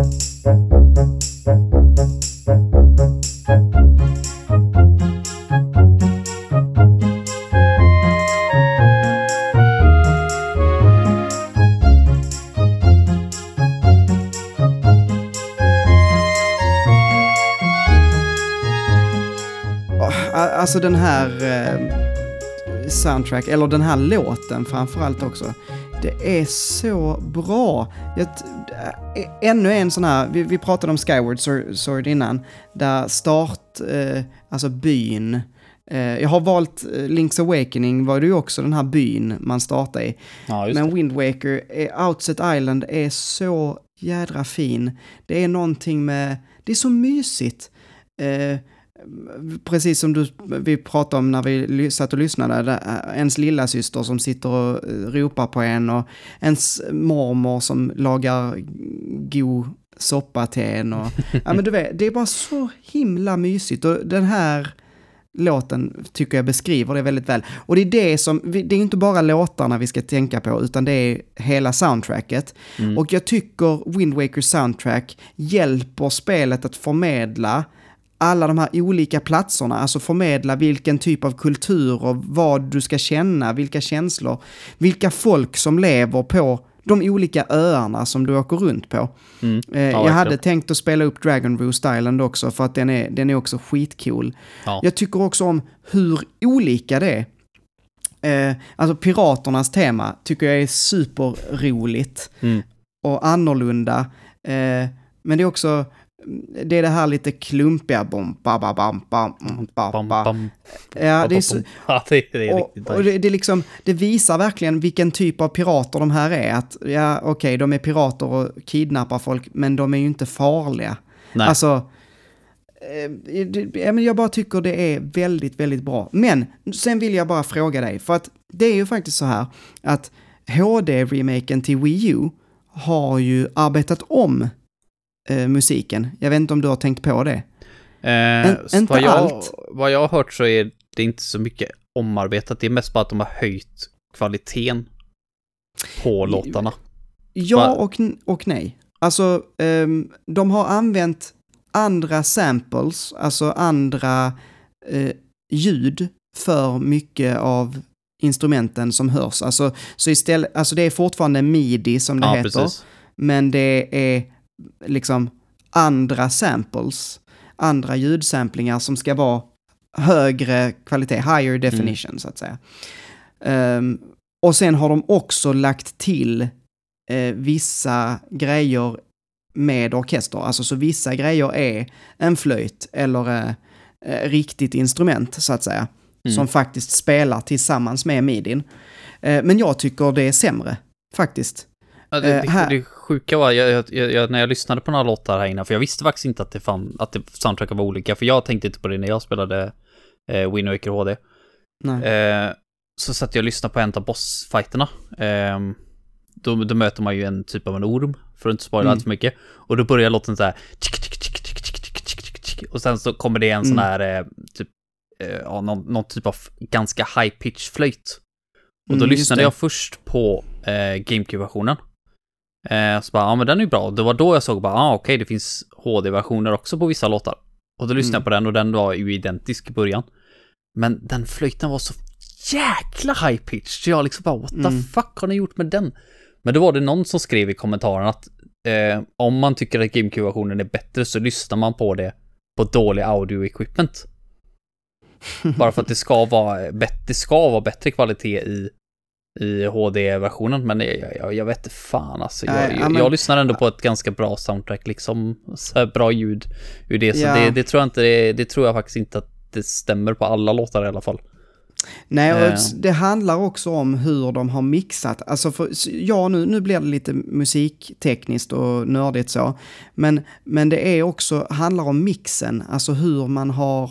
Alltså den här soundtrack, eller den här låten framförallt också, det är så bra. Ännu en sån här, vi pratade om Skyward Sword innan, där alltså byn. Jag har valt Link's Awakening, var det ju också den här byn man startar i. Ja, men Wind Waker, Outset Island är så jädra fin. Det är någonting med, det är så mysigt. Precis som vi pratade om när vi satt och lyssnade, ens lilla syster som sitter och ropar på en, och ens mormor som lagar god soppa till en, och ja, men du vet, det är bara så himla mysigt, och den här låten tycker jag beskriver det väldigt väl. Och det är det som, det är inte bara låtarna vi ska tänka på, utan det är hela soundtracket. Och jag tycker Wind Waker soundtrack hjälper spelet att förmedla alla de här olika platserna, alltså förmedla vilken typ av kultur och vad du ska känna, vilka känslor, vilka folk som lever på de olika öarna som du åker runt på. Jag hade tänkt att spela upp Dragon Roost Island också, för att den är också skitcool. Ja. Jag tycker också om hur olika det är. Alltså piraternas tema tycker jag är superroligt och annorlunda. Men det är också det är det här lite klumpiga Ja, det är så, och det liksom, det visar verkligen vilken typ av pirater de här är. Att ja, okej, de är pirater och kidnappar folk, men de är ju inte farliga. Nej. Alltså jag bara tycker det är väldigt, väldigt bra. Men sen vill jag bara fråga dig, för att det är ju faktiskt så här att HD-remaken till Wii U har ju arbetat om musiken. Jag vet inte om du har tänkt på det. Inte allt. Vad jag har hört så är det inte så mycket omarbetat. Det är mest bara att de har höjt kvaliteten på låtarna. Ja och nej. Alltså, de har använt andra samples, alltså andra ljud för mycket av instrumenten som hörs. Alltså, så istället, alltså det är fortfarande MIDI som det heter. Precis. Men det är liksom andra samples, andra ljudsamplingar som ska vara högre kvalitet, higher definition så att säga. Och sen har de också lagt till vissa grejer med orkester, alltså så vissa grejer är en flöjt eller riktigt instrument så att säga, som faktiskt spelar tillsammans med midin. Men jag tycker det är sämre faktiskt. Ja, det sjuka var, när jag lyssnade på några låtar här innan, för jag visste faktiskt inte att soundtracken var olika, för jag tänkte inte på det när jag spelade Wind Waker HD. Så satt jag och lyssnade på en av bossfighterna. Då möter man ju en typ av en orm, för att inte spoila allt för mycket. Och då börjar låten så här, och sen så kommer det en sån här typ någon typ av ganska high pitch flöjt. Och då lyssnade jag först på GameCube-versionen. Så bara, ja men den är ju bra. Det var då jag såg bara, okej, det finns HD-versioner också på vissa låtar. Och då lyssnade jag på den, och den var ju identisk i början. Men den flöjten var så jäkla high pitch, så jag liksom bara, what the fuck har ni gjort med den? Men då var det någon som skrev i kommentaren att om man tycker att GameCube-versionen är bättre, så lyssnar man på det på dålig audio-equipment. Bara för att det ska vara bättre kvalitet i HD-versionen, men jag vet inte fan alltså. Jag lyssnar ändå på ett ganska bra soundtrack, liksom så bra ljud ur det, så det tror jag faktiskt inte att det stämmer på alla låtar i alla fall. Nej, och det handlar också om hur de har mixat. Alltså nu blir det lite musiktekniskt och nördigt så, men det är också, handlar om mixen, alltså hur man har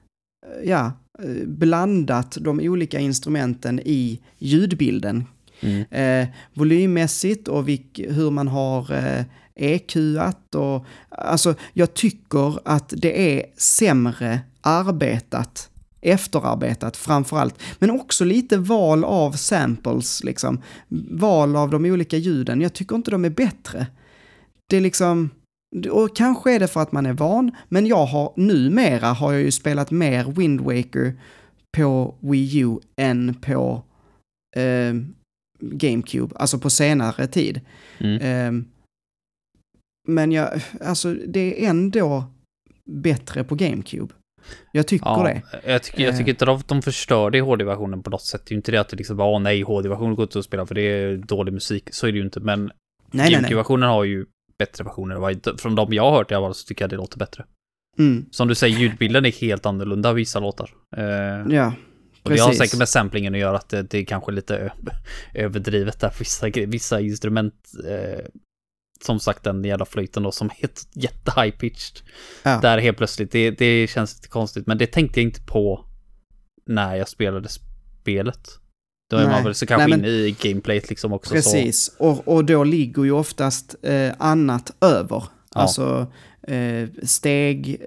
blandat de olika instrumenten i ljudbilden. Volymmässigt och hur man har EQat, och alltså jag tycker att det är sämre arbetat efterarbetat framförallt. Men också lite val av samples, liksom. Val av de olika ljuden. Jag tycker inte de är bättre. Det är liksom... Och kanske är det för att man är van, men numera har jag ju spelat mer Wind Waker på Wii U än på GameCube, alltså på senare tid. Men det är ändå bättre på GameCube. Jag tycker det. Jag tycker inte att de förstör det i HD-versionen på något sätt. Det är ju inte det att det liksom bara, nej, HD-versionen går inte att spela för det är dålig musik. Så är det ju inte, men GameCube-versionen har ju bättre versioner. Från de jag har hört så tycker jag det låter bättre. Som du säger, ljudbilden är helt annorlunda vissa låtar. Ja, och det har säkert med samplingen att göra att det är kanske lite överdrivet där för vissa instrument. Som sagt, den jävla flöjten då som är jätte-high-pitched. Ja. Där helt plötsligt, det känns lite konstigt. Men det tänkte jag inte på när jag spelade spelet. Då är man väl så kanske inne i gameplayet liksom också. Precis, så. Och då ligger ju oftast annat över. Ja. Alltså steg,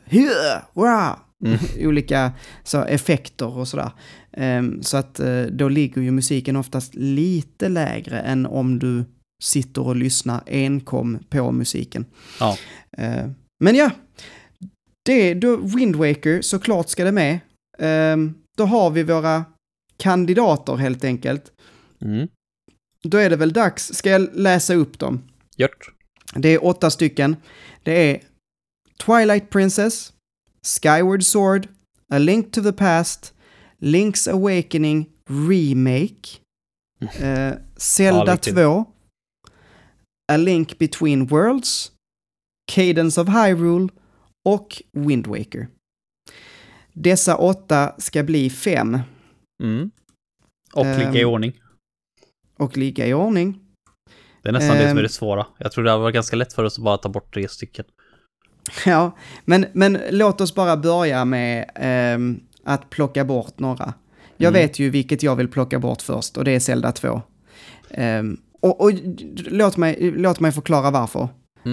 olika så, effekter och sådär. Så att då ligger ju musiken oftast lite lägre än om du sitter och lyssnar enkom på musiken. Ja. Men ja, då Wind Waker, såklart ska det med. Då har vi våra kandidater helt enkelt. Då är det väl dags. Ska jag läsa upp dem? Gjort. Det är 8 stycken. Det är Twilight Princess, Skyward Sword, A Link to the Past, Link's Awakening Remake, Zelda 2, A Link Between Worlds, Cadence of Hyrule och Wind Waker. Dessa 8 ska bli 5. Och ligga i ordning. Och ligga i ordning. Det är nästan det som är det svåra. Jag tror det var ganska lätt för oss att bara ta bort 3 stycken. Ja, men låt oss bara börja med att plocka bort några. Jag vet ju vilket jag vill plocka bort först, och det är Zelda 2. Och låt mig förklara varför.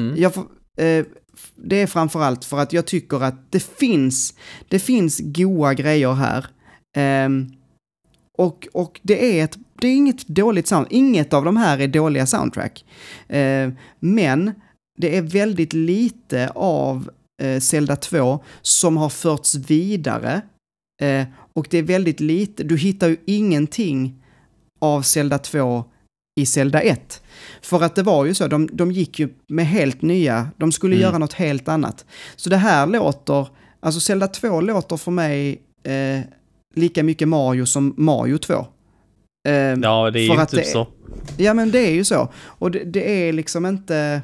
Det är framförallt för att jag tycker att det finns goda grejer här. Och det är inget dåligt sound. Inget av de här är dåliga soundtrack. Men det är väldigt lite av Zelda 2 som har förts vidare. Och det är väldigt lite. Du hittar ju ingenting av Zelda 2 i Zelda 1. För att det var ju så, de gick ju med helt nya, de skulle göra något helt annat. Så det här alltså Zelda 2 låter för mig lika mycket Mario som Mario 2. Ja, det är ju typ så. Ja, men det är ju så. Och det är liksom inte...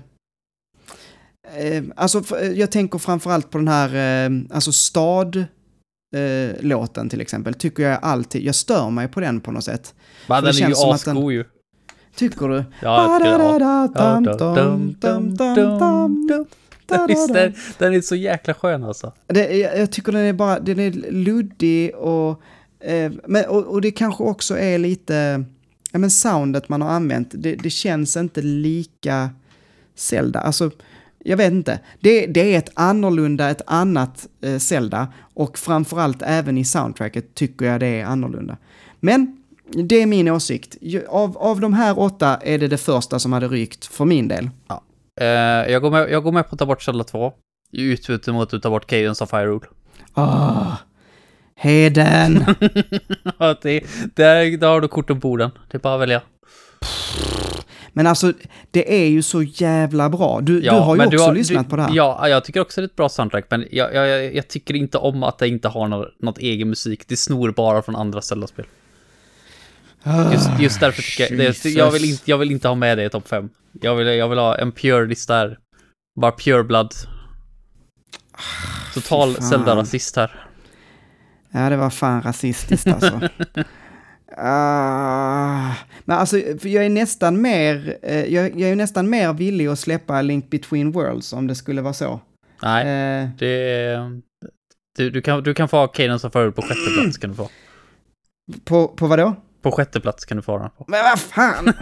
jag tänker framförallt på den här stad-låten till exempel. Tycker jag alltid... Jag stör mig på den på något sätt. Men den är ju asgod ju. Tycker du? Ja, den är så jäkla skön alltså. Jag tycker den är luddig och det kanske också är lite soundet man har använt. Det känns inte lika Zelda. Alltså, jag vet inte. Det är ett annat Zelda, och framförallt även i soundtracket tycker jag det är annorlunda. Men det är min åsikt. Av de här 8 är det första som hade rykt för min del. Ja. Jag går med på att ta bort Zelda 2. Utbyte mot att ta bort Cadence of Hyrule. Heden! Där har du korten på orden. Det är bara att välja. Men alltså, det är ju så jävla bra. Du har ju också lyssnat på det här. Ja, jag tycker också det är ett bra soundtrack. Men jag tycker inte om att det inte har något egen musik. Det snor bara från andra Zelda-spel. Just därför tycker jag vill inte ha med det i topp 5. Jag vill ha en pure lista här. Bara pure blood. Total Zelda-rasist här. Ja, det var fan rasistiskt alltså. Men alltså, jag är nästan mer villig att släppa Link Between Worlds om det skulle vara så. Nej, du kan få ha Cadence of Hyrule på 6:e plats kan du få. På vad då? På 6:e plats kan du få den på. Men vad fan!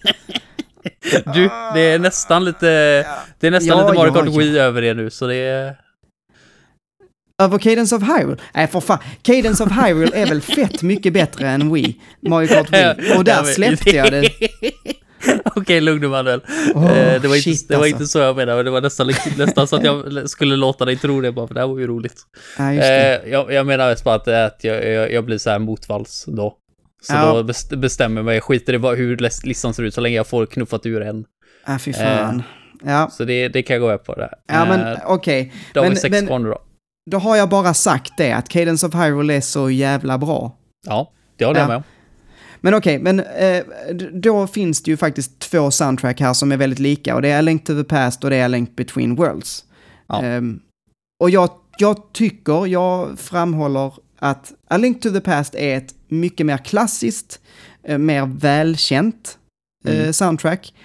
Det är nästan lite Mario Kart Wii över det nu, så det är... Över Cadence of Hyrule? Nej, för fan. Cadence of Hyrule är väl fett mycket bättre än Wii. Mario Kart Wii. Och där släppte jag det. Okej, lugn Manuel. Det var inte så jag menade, men det var nästan så att jag skulle låta dig tro det bara, för det här var ju roligt. Jag menar mest bara att jag blir så här motvalls då. Så då bestämmer mig, skiter det bara hur listan ser ut så länge jag får knuffat ur en. Fy fan. Ja. Så det kan jag gå med på det. Ja, men okej. Då har vi 6 kvar nu då. Då har jag bara sagt det, att Cadence of Hyrule är så jävla bra. Ja, det håller jag med om. Men okej, då finns det ju faktiskt 2 soundtrack här som är väldigt lika. Och det är A Link to the Past och det är A Link Between Worlds. Ja. Och jag framhåller att A Link to the Past är ett mycket mer klassiskt, mer välkänt soundtrack.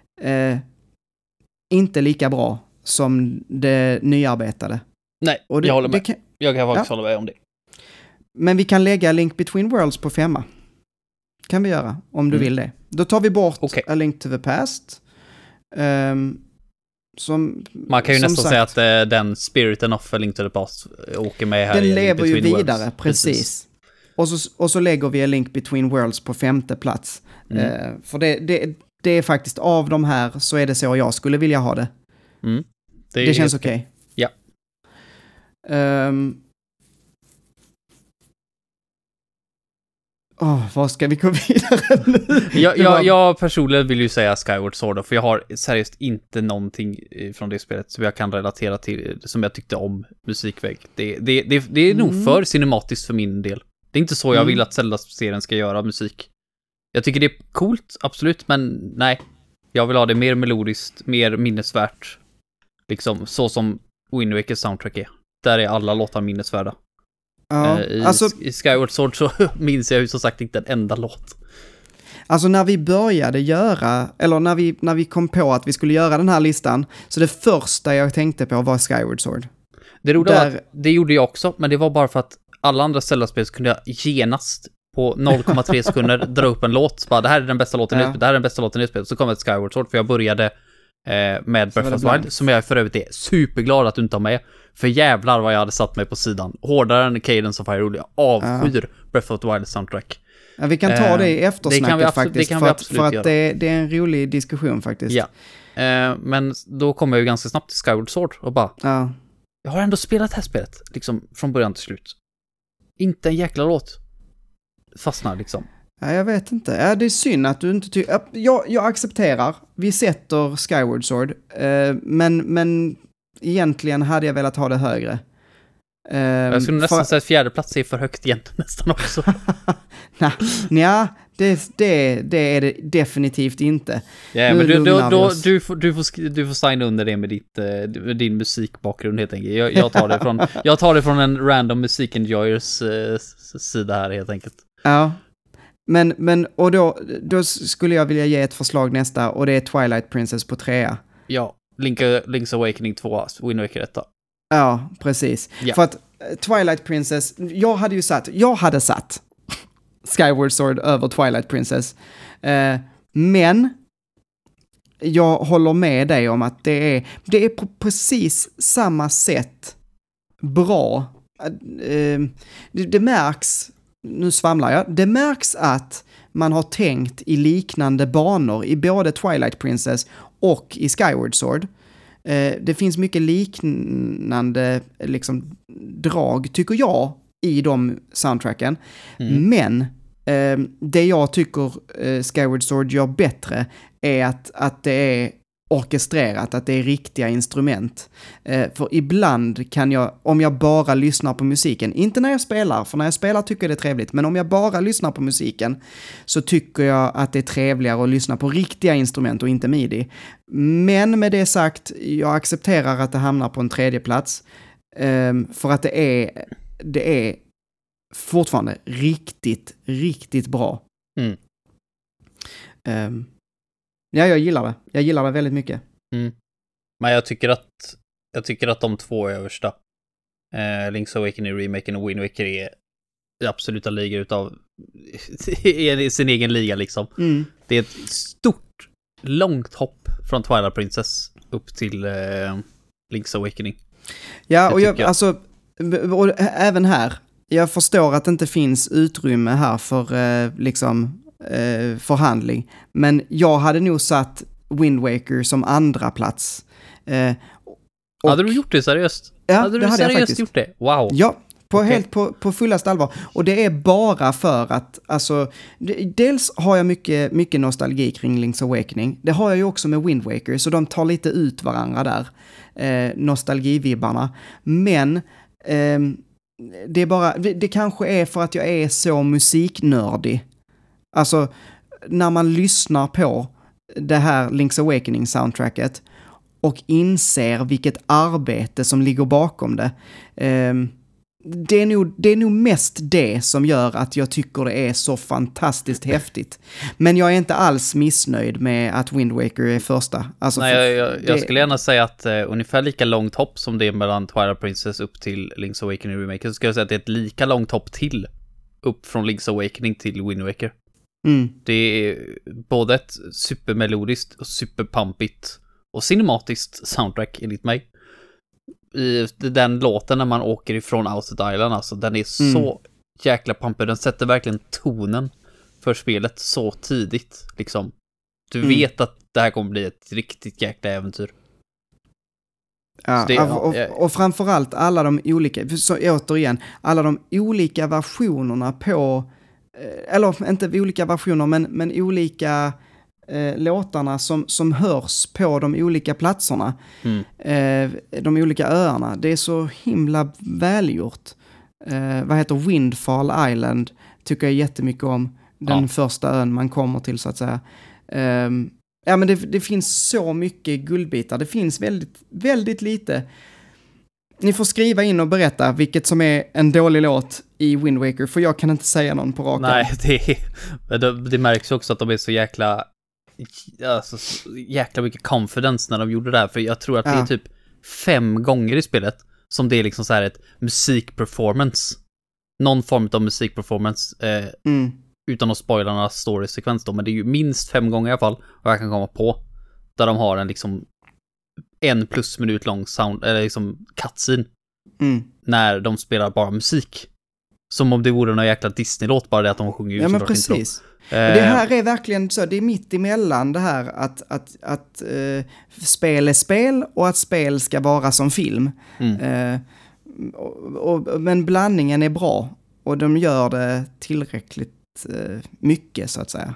Inte lika bra som det nyarbetade. Nej, och jag håller med. Jag kan faktiskt hålla med om det. Men vi kan lägga A Link Between Worlds på 5. Kan vi göra, om du vill det. Då tar vi bort A Link to the Past. Man kan ju nästan säga att den spiriten of A Link to the Past åker med här. Den lever ju vidare, Worlds. Precis. Och så lägger vi A Link Between Worlds på 5:e plats. För det är faktiskt, av de här så är det så jag skulle vilja ha det. Det känns okej. Ja. Vad ska vi gå vidare nu? Jag personligen vill ju säga Skyward Sword, för jag har seriöst inte någonting från det spelet som jag kan relatera till, som jag tyckte om musikväg. Det är nog för cinematiskt för min del. Det är inte så jag vill att Zelda-serien ska göra musik. Jag tycker det är coolt, absolut, men nej. Jag vill ha det mer melodiskt, mer minnesvärt. Liksom så som Wind Waker soundtrack är. Där är alla låtar minnesvärda. Ja, I Skyward Sword så minns jag ju som sagt inte en enda låt. Alltså när vi började göra, eller när vi kom på att vi skulle göra den här listan, så det första jag tänkte på var Skyward Sword. Det gjorde jag också, men det var bara för att alla andra Zelda-spel kunde jag genast på 0,3 sekunder dra upp en låt. Så bara, det här är den bästa låten i spelet, det här är den bästa låten i spelet. Så kom ett Skyward Sword, för jag började med Breath of the Wild, som jag för övrigt är superglad att du inte har med. För jävlar vad jag hade satt mig på sidan. Hårdare än Cadence of Hyrule. Jag avskyr Breath of the Wild soundtrack. Ja, vi kan ta det i eftersnacket faktiskt. Det kan vi absolut för att göra. Det är en rolig diskussion faktiskt. Ja. Men då kommer jag ju ganska snabbt till Skyward Sword och bara... Ja. Jag har ändå spelat det här spelet, liksom från början till slut. Inte en jäkla låt. Fastnar liksom. Ja, jag vet inte. Ja, det är synd att du inte tycker... Jag accepterar. Vi sätter Skyward Sword. Men egentligen hade jag velat ha det högre. Jag skulle nästan säga att 4:e plats är för högt egentligen nästan också. Nej, det är det definitivt inte. Ja, men du får signa under det med din musikbakgrund helt enkelt. Jag tar det från en random musikenjoyers sida här helt enkelt. Ja. Men och då skulle jag vilja ge ett förslag nästa, och det är Twilight Princess på 3. Ja, Link's Awakening 2, Wind Waker 1. Ja, precis. Ja. För att Twilight Princess, jag hade satt Skyward Sword över Twilight Princess. Men jag håller med dig om att det är på precis samma sätt bra. Det märks, nu svamlar jag, det märks att man har tänkt i liknande banor i både Twilight Princess och i Skyward Sword. Det finns mycket liknande liksom drag, tycker jag, i de soundtracken. Men det jag tycker Skyward Sword gör bättre är att det är orkestrerat, att det är riktiga instrument. För ibland kan jag, om jag bara lyssnar på musiken, inte när jag spelar, för när jag spelar tycker jag det är trevligt, men om jag bara lyssnar på musiken så tycker jag att det är trevligare att lyssna på riktiga instrument och inte midi. Men med det sagt, jag accepterar att det hamnar på en 3:e plats, för att det är fortfarande riktigt, riktigt bra. Ja, jag gillar det. Jag gillar det väldigt mycket. Men jag tycker att de 2 översta, Link's Awakening, Remaken och Wind Waker, är absoluta ligor utav i sin egen liga liksom. Det är ett stort, långt hopp från Twilight Princess upp till Link's Awakening. Ja, och alltså och även här, jag förstår att det inte finns utrymme här för förhandling, men jag hade nog satt Wind Waker som andra plats. Hade du gjort det seriöst? Ja, hade du seriöst gjort det? Wow. Ja, helt på fullaste allvar. Och det är bara för att, alltså, dels har jag mycket nostalgi kring Link's Awakening. Det har jag ju också med Wind Waker, så de tar lite ut varandra där, nostalgivibbarna. Men det är bara, det kanske är för att jag är så musiknördig. Alltså, när man lyssnar på det här Link's Awakening-soundtracket och inser vilket arbete som ligger bakom det. Det är nog mest det som gör att jag tycker det är så fantastiskt häftigt. Men jag är inte alls missnöjd med att Wind Waker är första. Alltså, nej, jag skulle gärna säga att ungefär lika långt hopp som det är mellan Twilight Princess upp till Link's Awakening Remake, så skulle jag säga att det är ett lika långt hopp till upp från Link's Awakening till Wind Waker. Det är både ett supermelodiskt och superpampigt och cinematiskt soundtrack enligt mig. I den låten när man åker ifrån Outer Island, alltså den är så jäkla pampig. Den sätter verkligen tonen för spelet så tidigt liksom. Du vet att det här kommer bli ett riktigt jäkla äventyr. Ja, och framförallt alla de olika, så återigen, alla de olika versionerna på, eller inte olika versioner, men olika låtarna som hörs på de olika platserna, de olika öarna. Det är så himla välgjort. Vad heter Windfall Island tycker jag jättemycket om. Den första ön man kommer till, så att säga. Ja, men det finns så mycket guldbitar. Det finns väldigt, väldigt lite. Ni får skriva in och berätta vilket som är en dålig låt i Wind Waker, för jag kan inte säga någon på raka. Nej, det märks också att de är så jäkla mycket confidence när de gjorde det här, för jag tror att det är typ 5 gånger i spelet som det är liksom så här ett musikperformance. Någon form av musikperformance utan att spoila några story-sekvens då, men det är ju minst 5 gånger i alla fall, och jag kan komma på, där de har en liksom 1+ minut lång sound, eller liksom cutscene när de spelar bara musik. Som om det vore någon jäkla Disney-låt, bara det att de sjunger. Ja, men precis. Det här är verkligen så, det är mitt emellan det här att spel är spel och att spel ska vara som film. Men blandningen är bra och de gör det tillräckligt mycket, så att säga.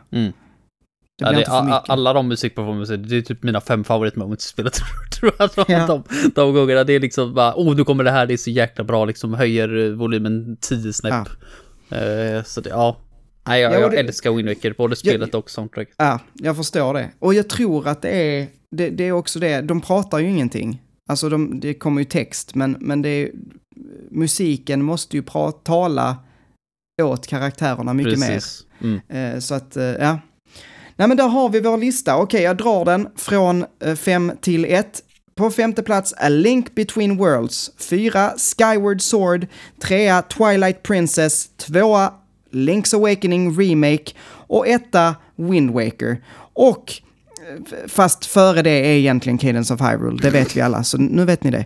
Alla de musikperformanser, det är typ mina 5 favoritmoments i spelet, tror jag. De gångerna, det är liksom bara, nu kommer det här, det är så jäkla bra, liksom höjer volymen 10 snäpp. Så det, jag älskar Wind Waker, både spelet och soundtrack. Ja, jag förstår det. Och jag tror att det är också det, de pratar ju ingenting. Alltså det kommer ju text, men det är, musiken måste ju tala åt karaktärerna mycket mer. Så att, ja. Nej, men där har vi vår lista. Okej, jag drar den från 5 till 1. På 5:e plats, A Link Between Worlds. 4, Skyward Sword. 3, Twilight Princess. 2, Link's Awakening Remake. Och 1, Wind Waker. Och fast före det är egentligen Cadence of Hyrule. Det vet vi alla, så nu vet ni det.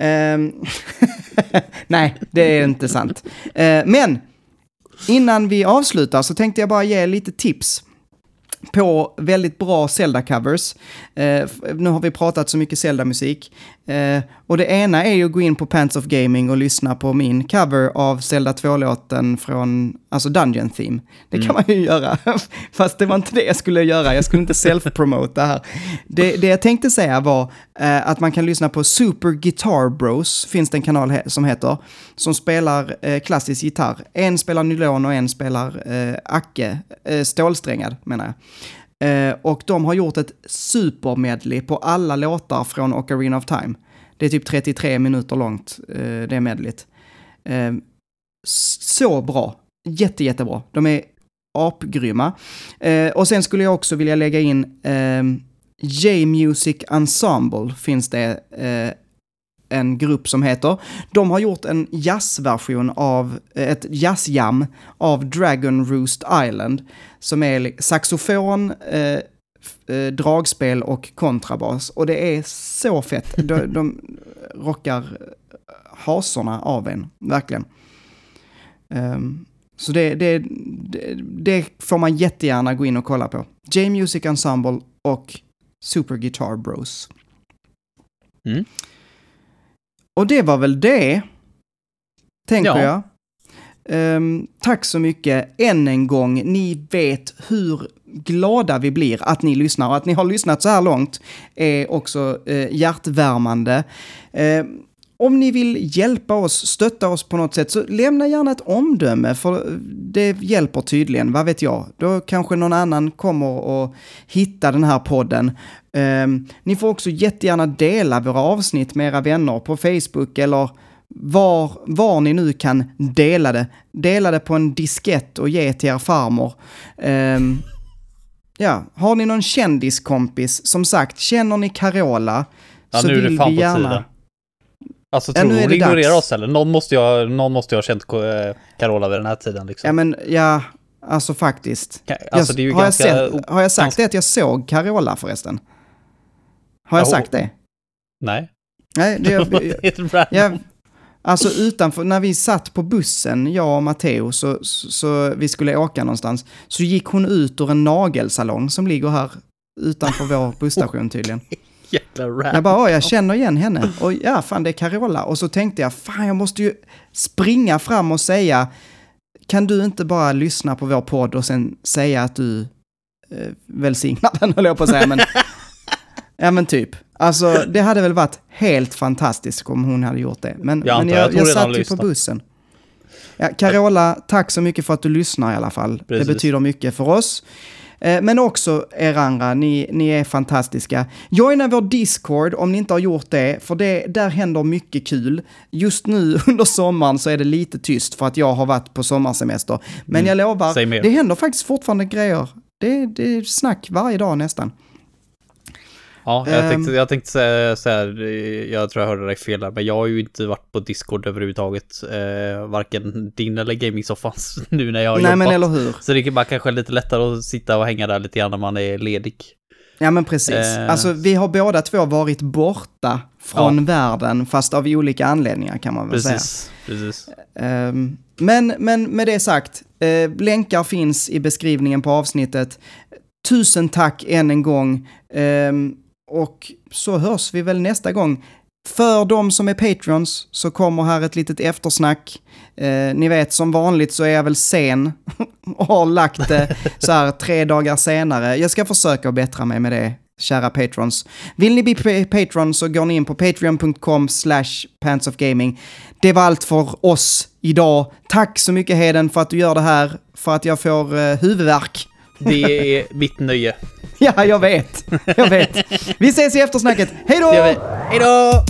Nej, det är inte sant. Men innan vi avslutar så tänkte jag bara ge lite tips på väldigt bra Zelda-covers. Nu har vi pratat så mycket Zelda-musik. Och det ena är ju att gå in på Pants of Gaming och lyssna på min cover av Zelda 2-låten från, alltså Dungeon Theme. Det kan man ju göra. Fast det var inte det jag skulle göra. Jag skulle inte self-promote det här. Det jag tänkte säga var att man kan lyssna på Super Guitar Bros. Finns det en kanal som heter. Som spelar klassisk gitarr. En spelar nylon och en spelar stålsträngad, menar jag. Och de har gjort ett supermedley på alla låtar från Ocarina of Time. Det är typ 33 minuter långt, det medleyt. Så bra. Jättebra. De är apgrymma. Och sen skulle jag också vilja lägga in J-Music Ensemble, finns det en grupp som heter. De har gjort en jazzversion av ett jazzjam av Dragon Roost Island, som är saxofon, dragspel och kontrabas. Och det är så fett. De rockar hasorna av en, verkligen. Så det får man jättegärna gå in och kolla på. J-Music Ensemble och Super Guitar Bros. Och det var väl det, tänker jag. Tack så mycket än en gång. Ni vet hur glada vi blir att ni lyssnar, och att ni har lyssnat så här långt är också hjärtvärmande. Om ni vill hjälpa oss, stötta oss på något sätt, så lämna gärna ett omdöme, för det hjälper tydligen, vad vet jag. Då kanske någon annan kommer att hitta den här podden. Ni får också jättegärna dela våra avsnitt med era vänner på Facebook, eller var ni nu kan dela det. Dela det på en diskett och ge till er farmor. Har ni någon kändiskompis, som sagt, känner ni Carola, så vill vi gärna... Alltså, tror du ignorerar oss, eller? Någon måste jag ha känt Carola vid den här tiden, liksom. Alltså faktiskt. Alltså, det är ju har jag sagt det att jag såg Carola förresten? Har jag sagt det? Nej. Nej, alltså utanför, när vi satt på bussen, jag och Matteo, så vi skulle åka någonstans, så gick hon ut ur en nagelsalong som ligger här utanför vår busstation tydligen. Jag bara, jag känner igen henne. Och ja, fan, det är Carola. Och så tänkte jag, fan, jag måste ju springa fram och säga, kan du inte bara lyssna på vår podd och sen säga att du välsignar den, höll jag på att säga. Men, ja, men typ. Alltså, det hade väl varit helt fantastiskt om hon hade gjort det. Men jag satt ju på bussen. Ja, Carola, tack så mycket för att du lyssnar i alla fall. Precis. Det betyder mycket för oss. Men också er andra, ni är fantastiska. Joina vår Discord om ni inte har gjort det, för där händer mycket kul. Just nu under sommaren så är det lite tyst för att jag har varit på sommarsemester. Men jag lovar, det händer faktiskt fortfarande grejer. Det är snack varje dag nästan. Ja, jag tänkte säga så här, jag tror jag hörde dig fel där, men jag har ju inte varit på Discord överhuvudtaget, varken din eller gaming-soffans nu när jag har jobbat. Men eller hur? Så det är bara kanske lite lättare att sitta och hänga där lite grann när man är ledig. Ja, men precis. Alltså, vi har båda två varit borta från världen, fast av olika anledningar kan man väl säga. Precis. Men med det sagt, länkar finns i beskrivningen på avsnittet. Tusen tack än en gång. Och så hörs vi väl nästa gång. För de som är Patreons så kommer här ett litet eftersnack. Ni vet, som vanligt så är jag väl sen och har lagt det så här 3 dagar senare. Jag ska försöka bättra mig med det, kära Patrons. Vill ni bli Patron så går ni in på patreon.com/pantsofgaming. Det var allt för oss idag. Tack så mycket, Heden, för att du gör det här, för att jag får huvudvärk. Det är mitt nöje. Ja, jag vet. Vi ses i eftersnacket. Hej då! Hej då!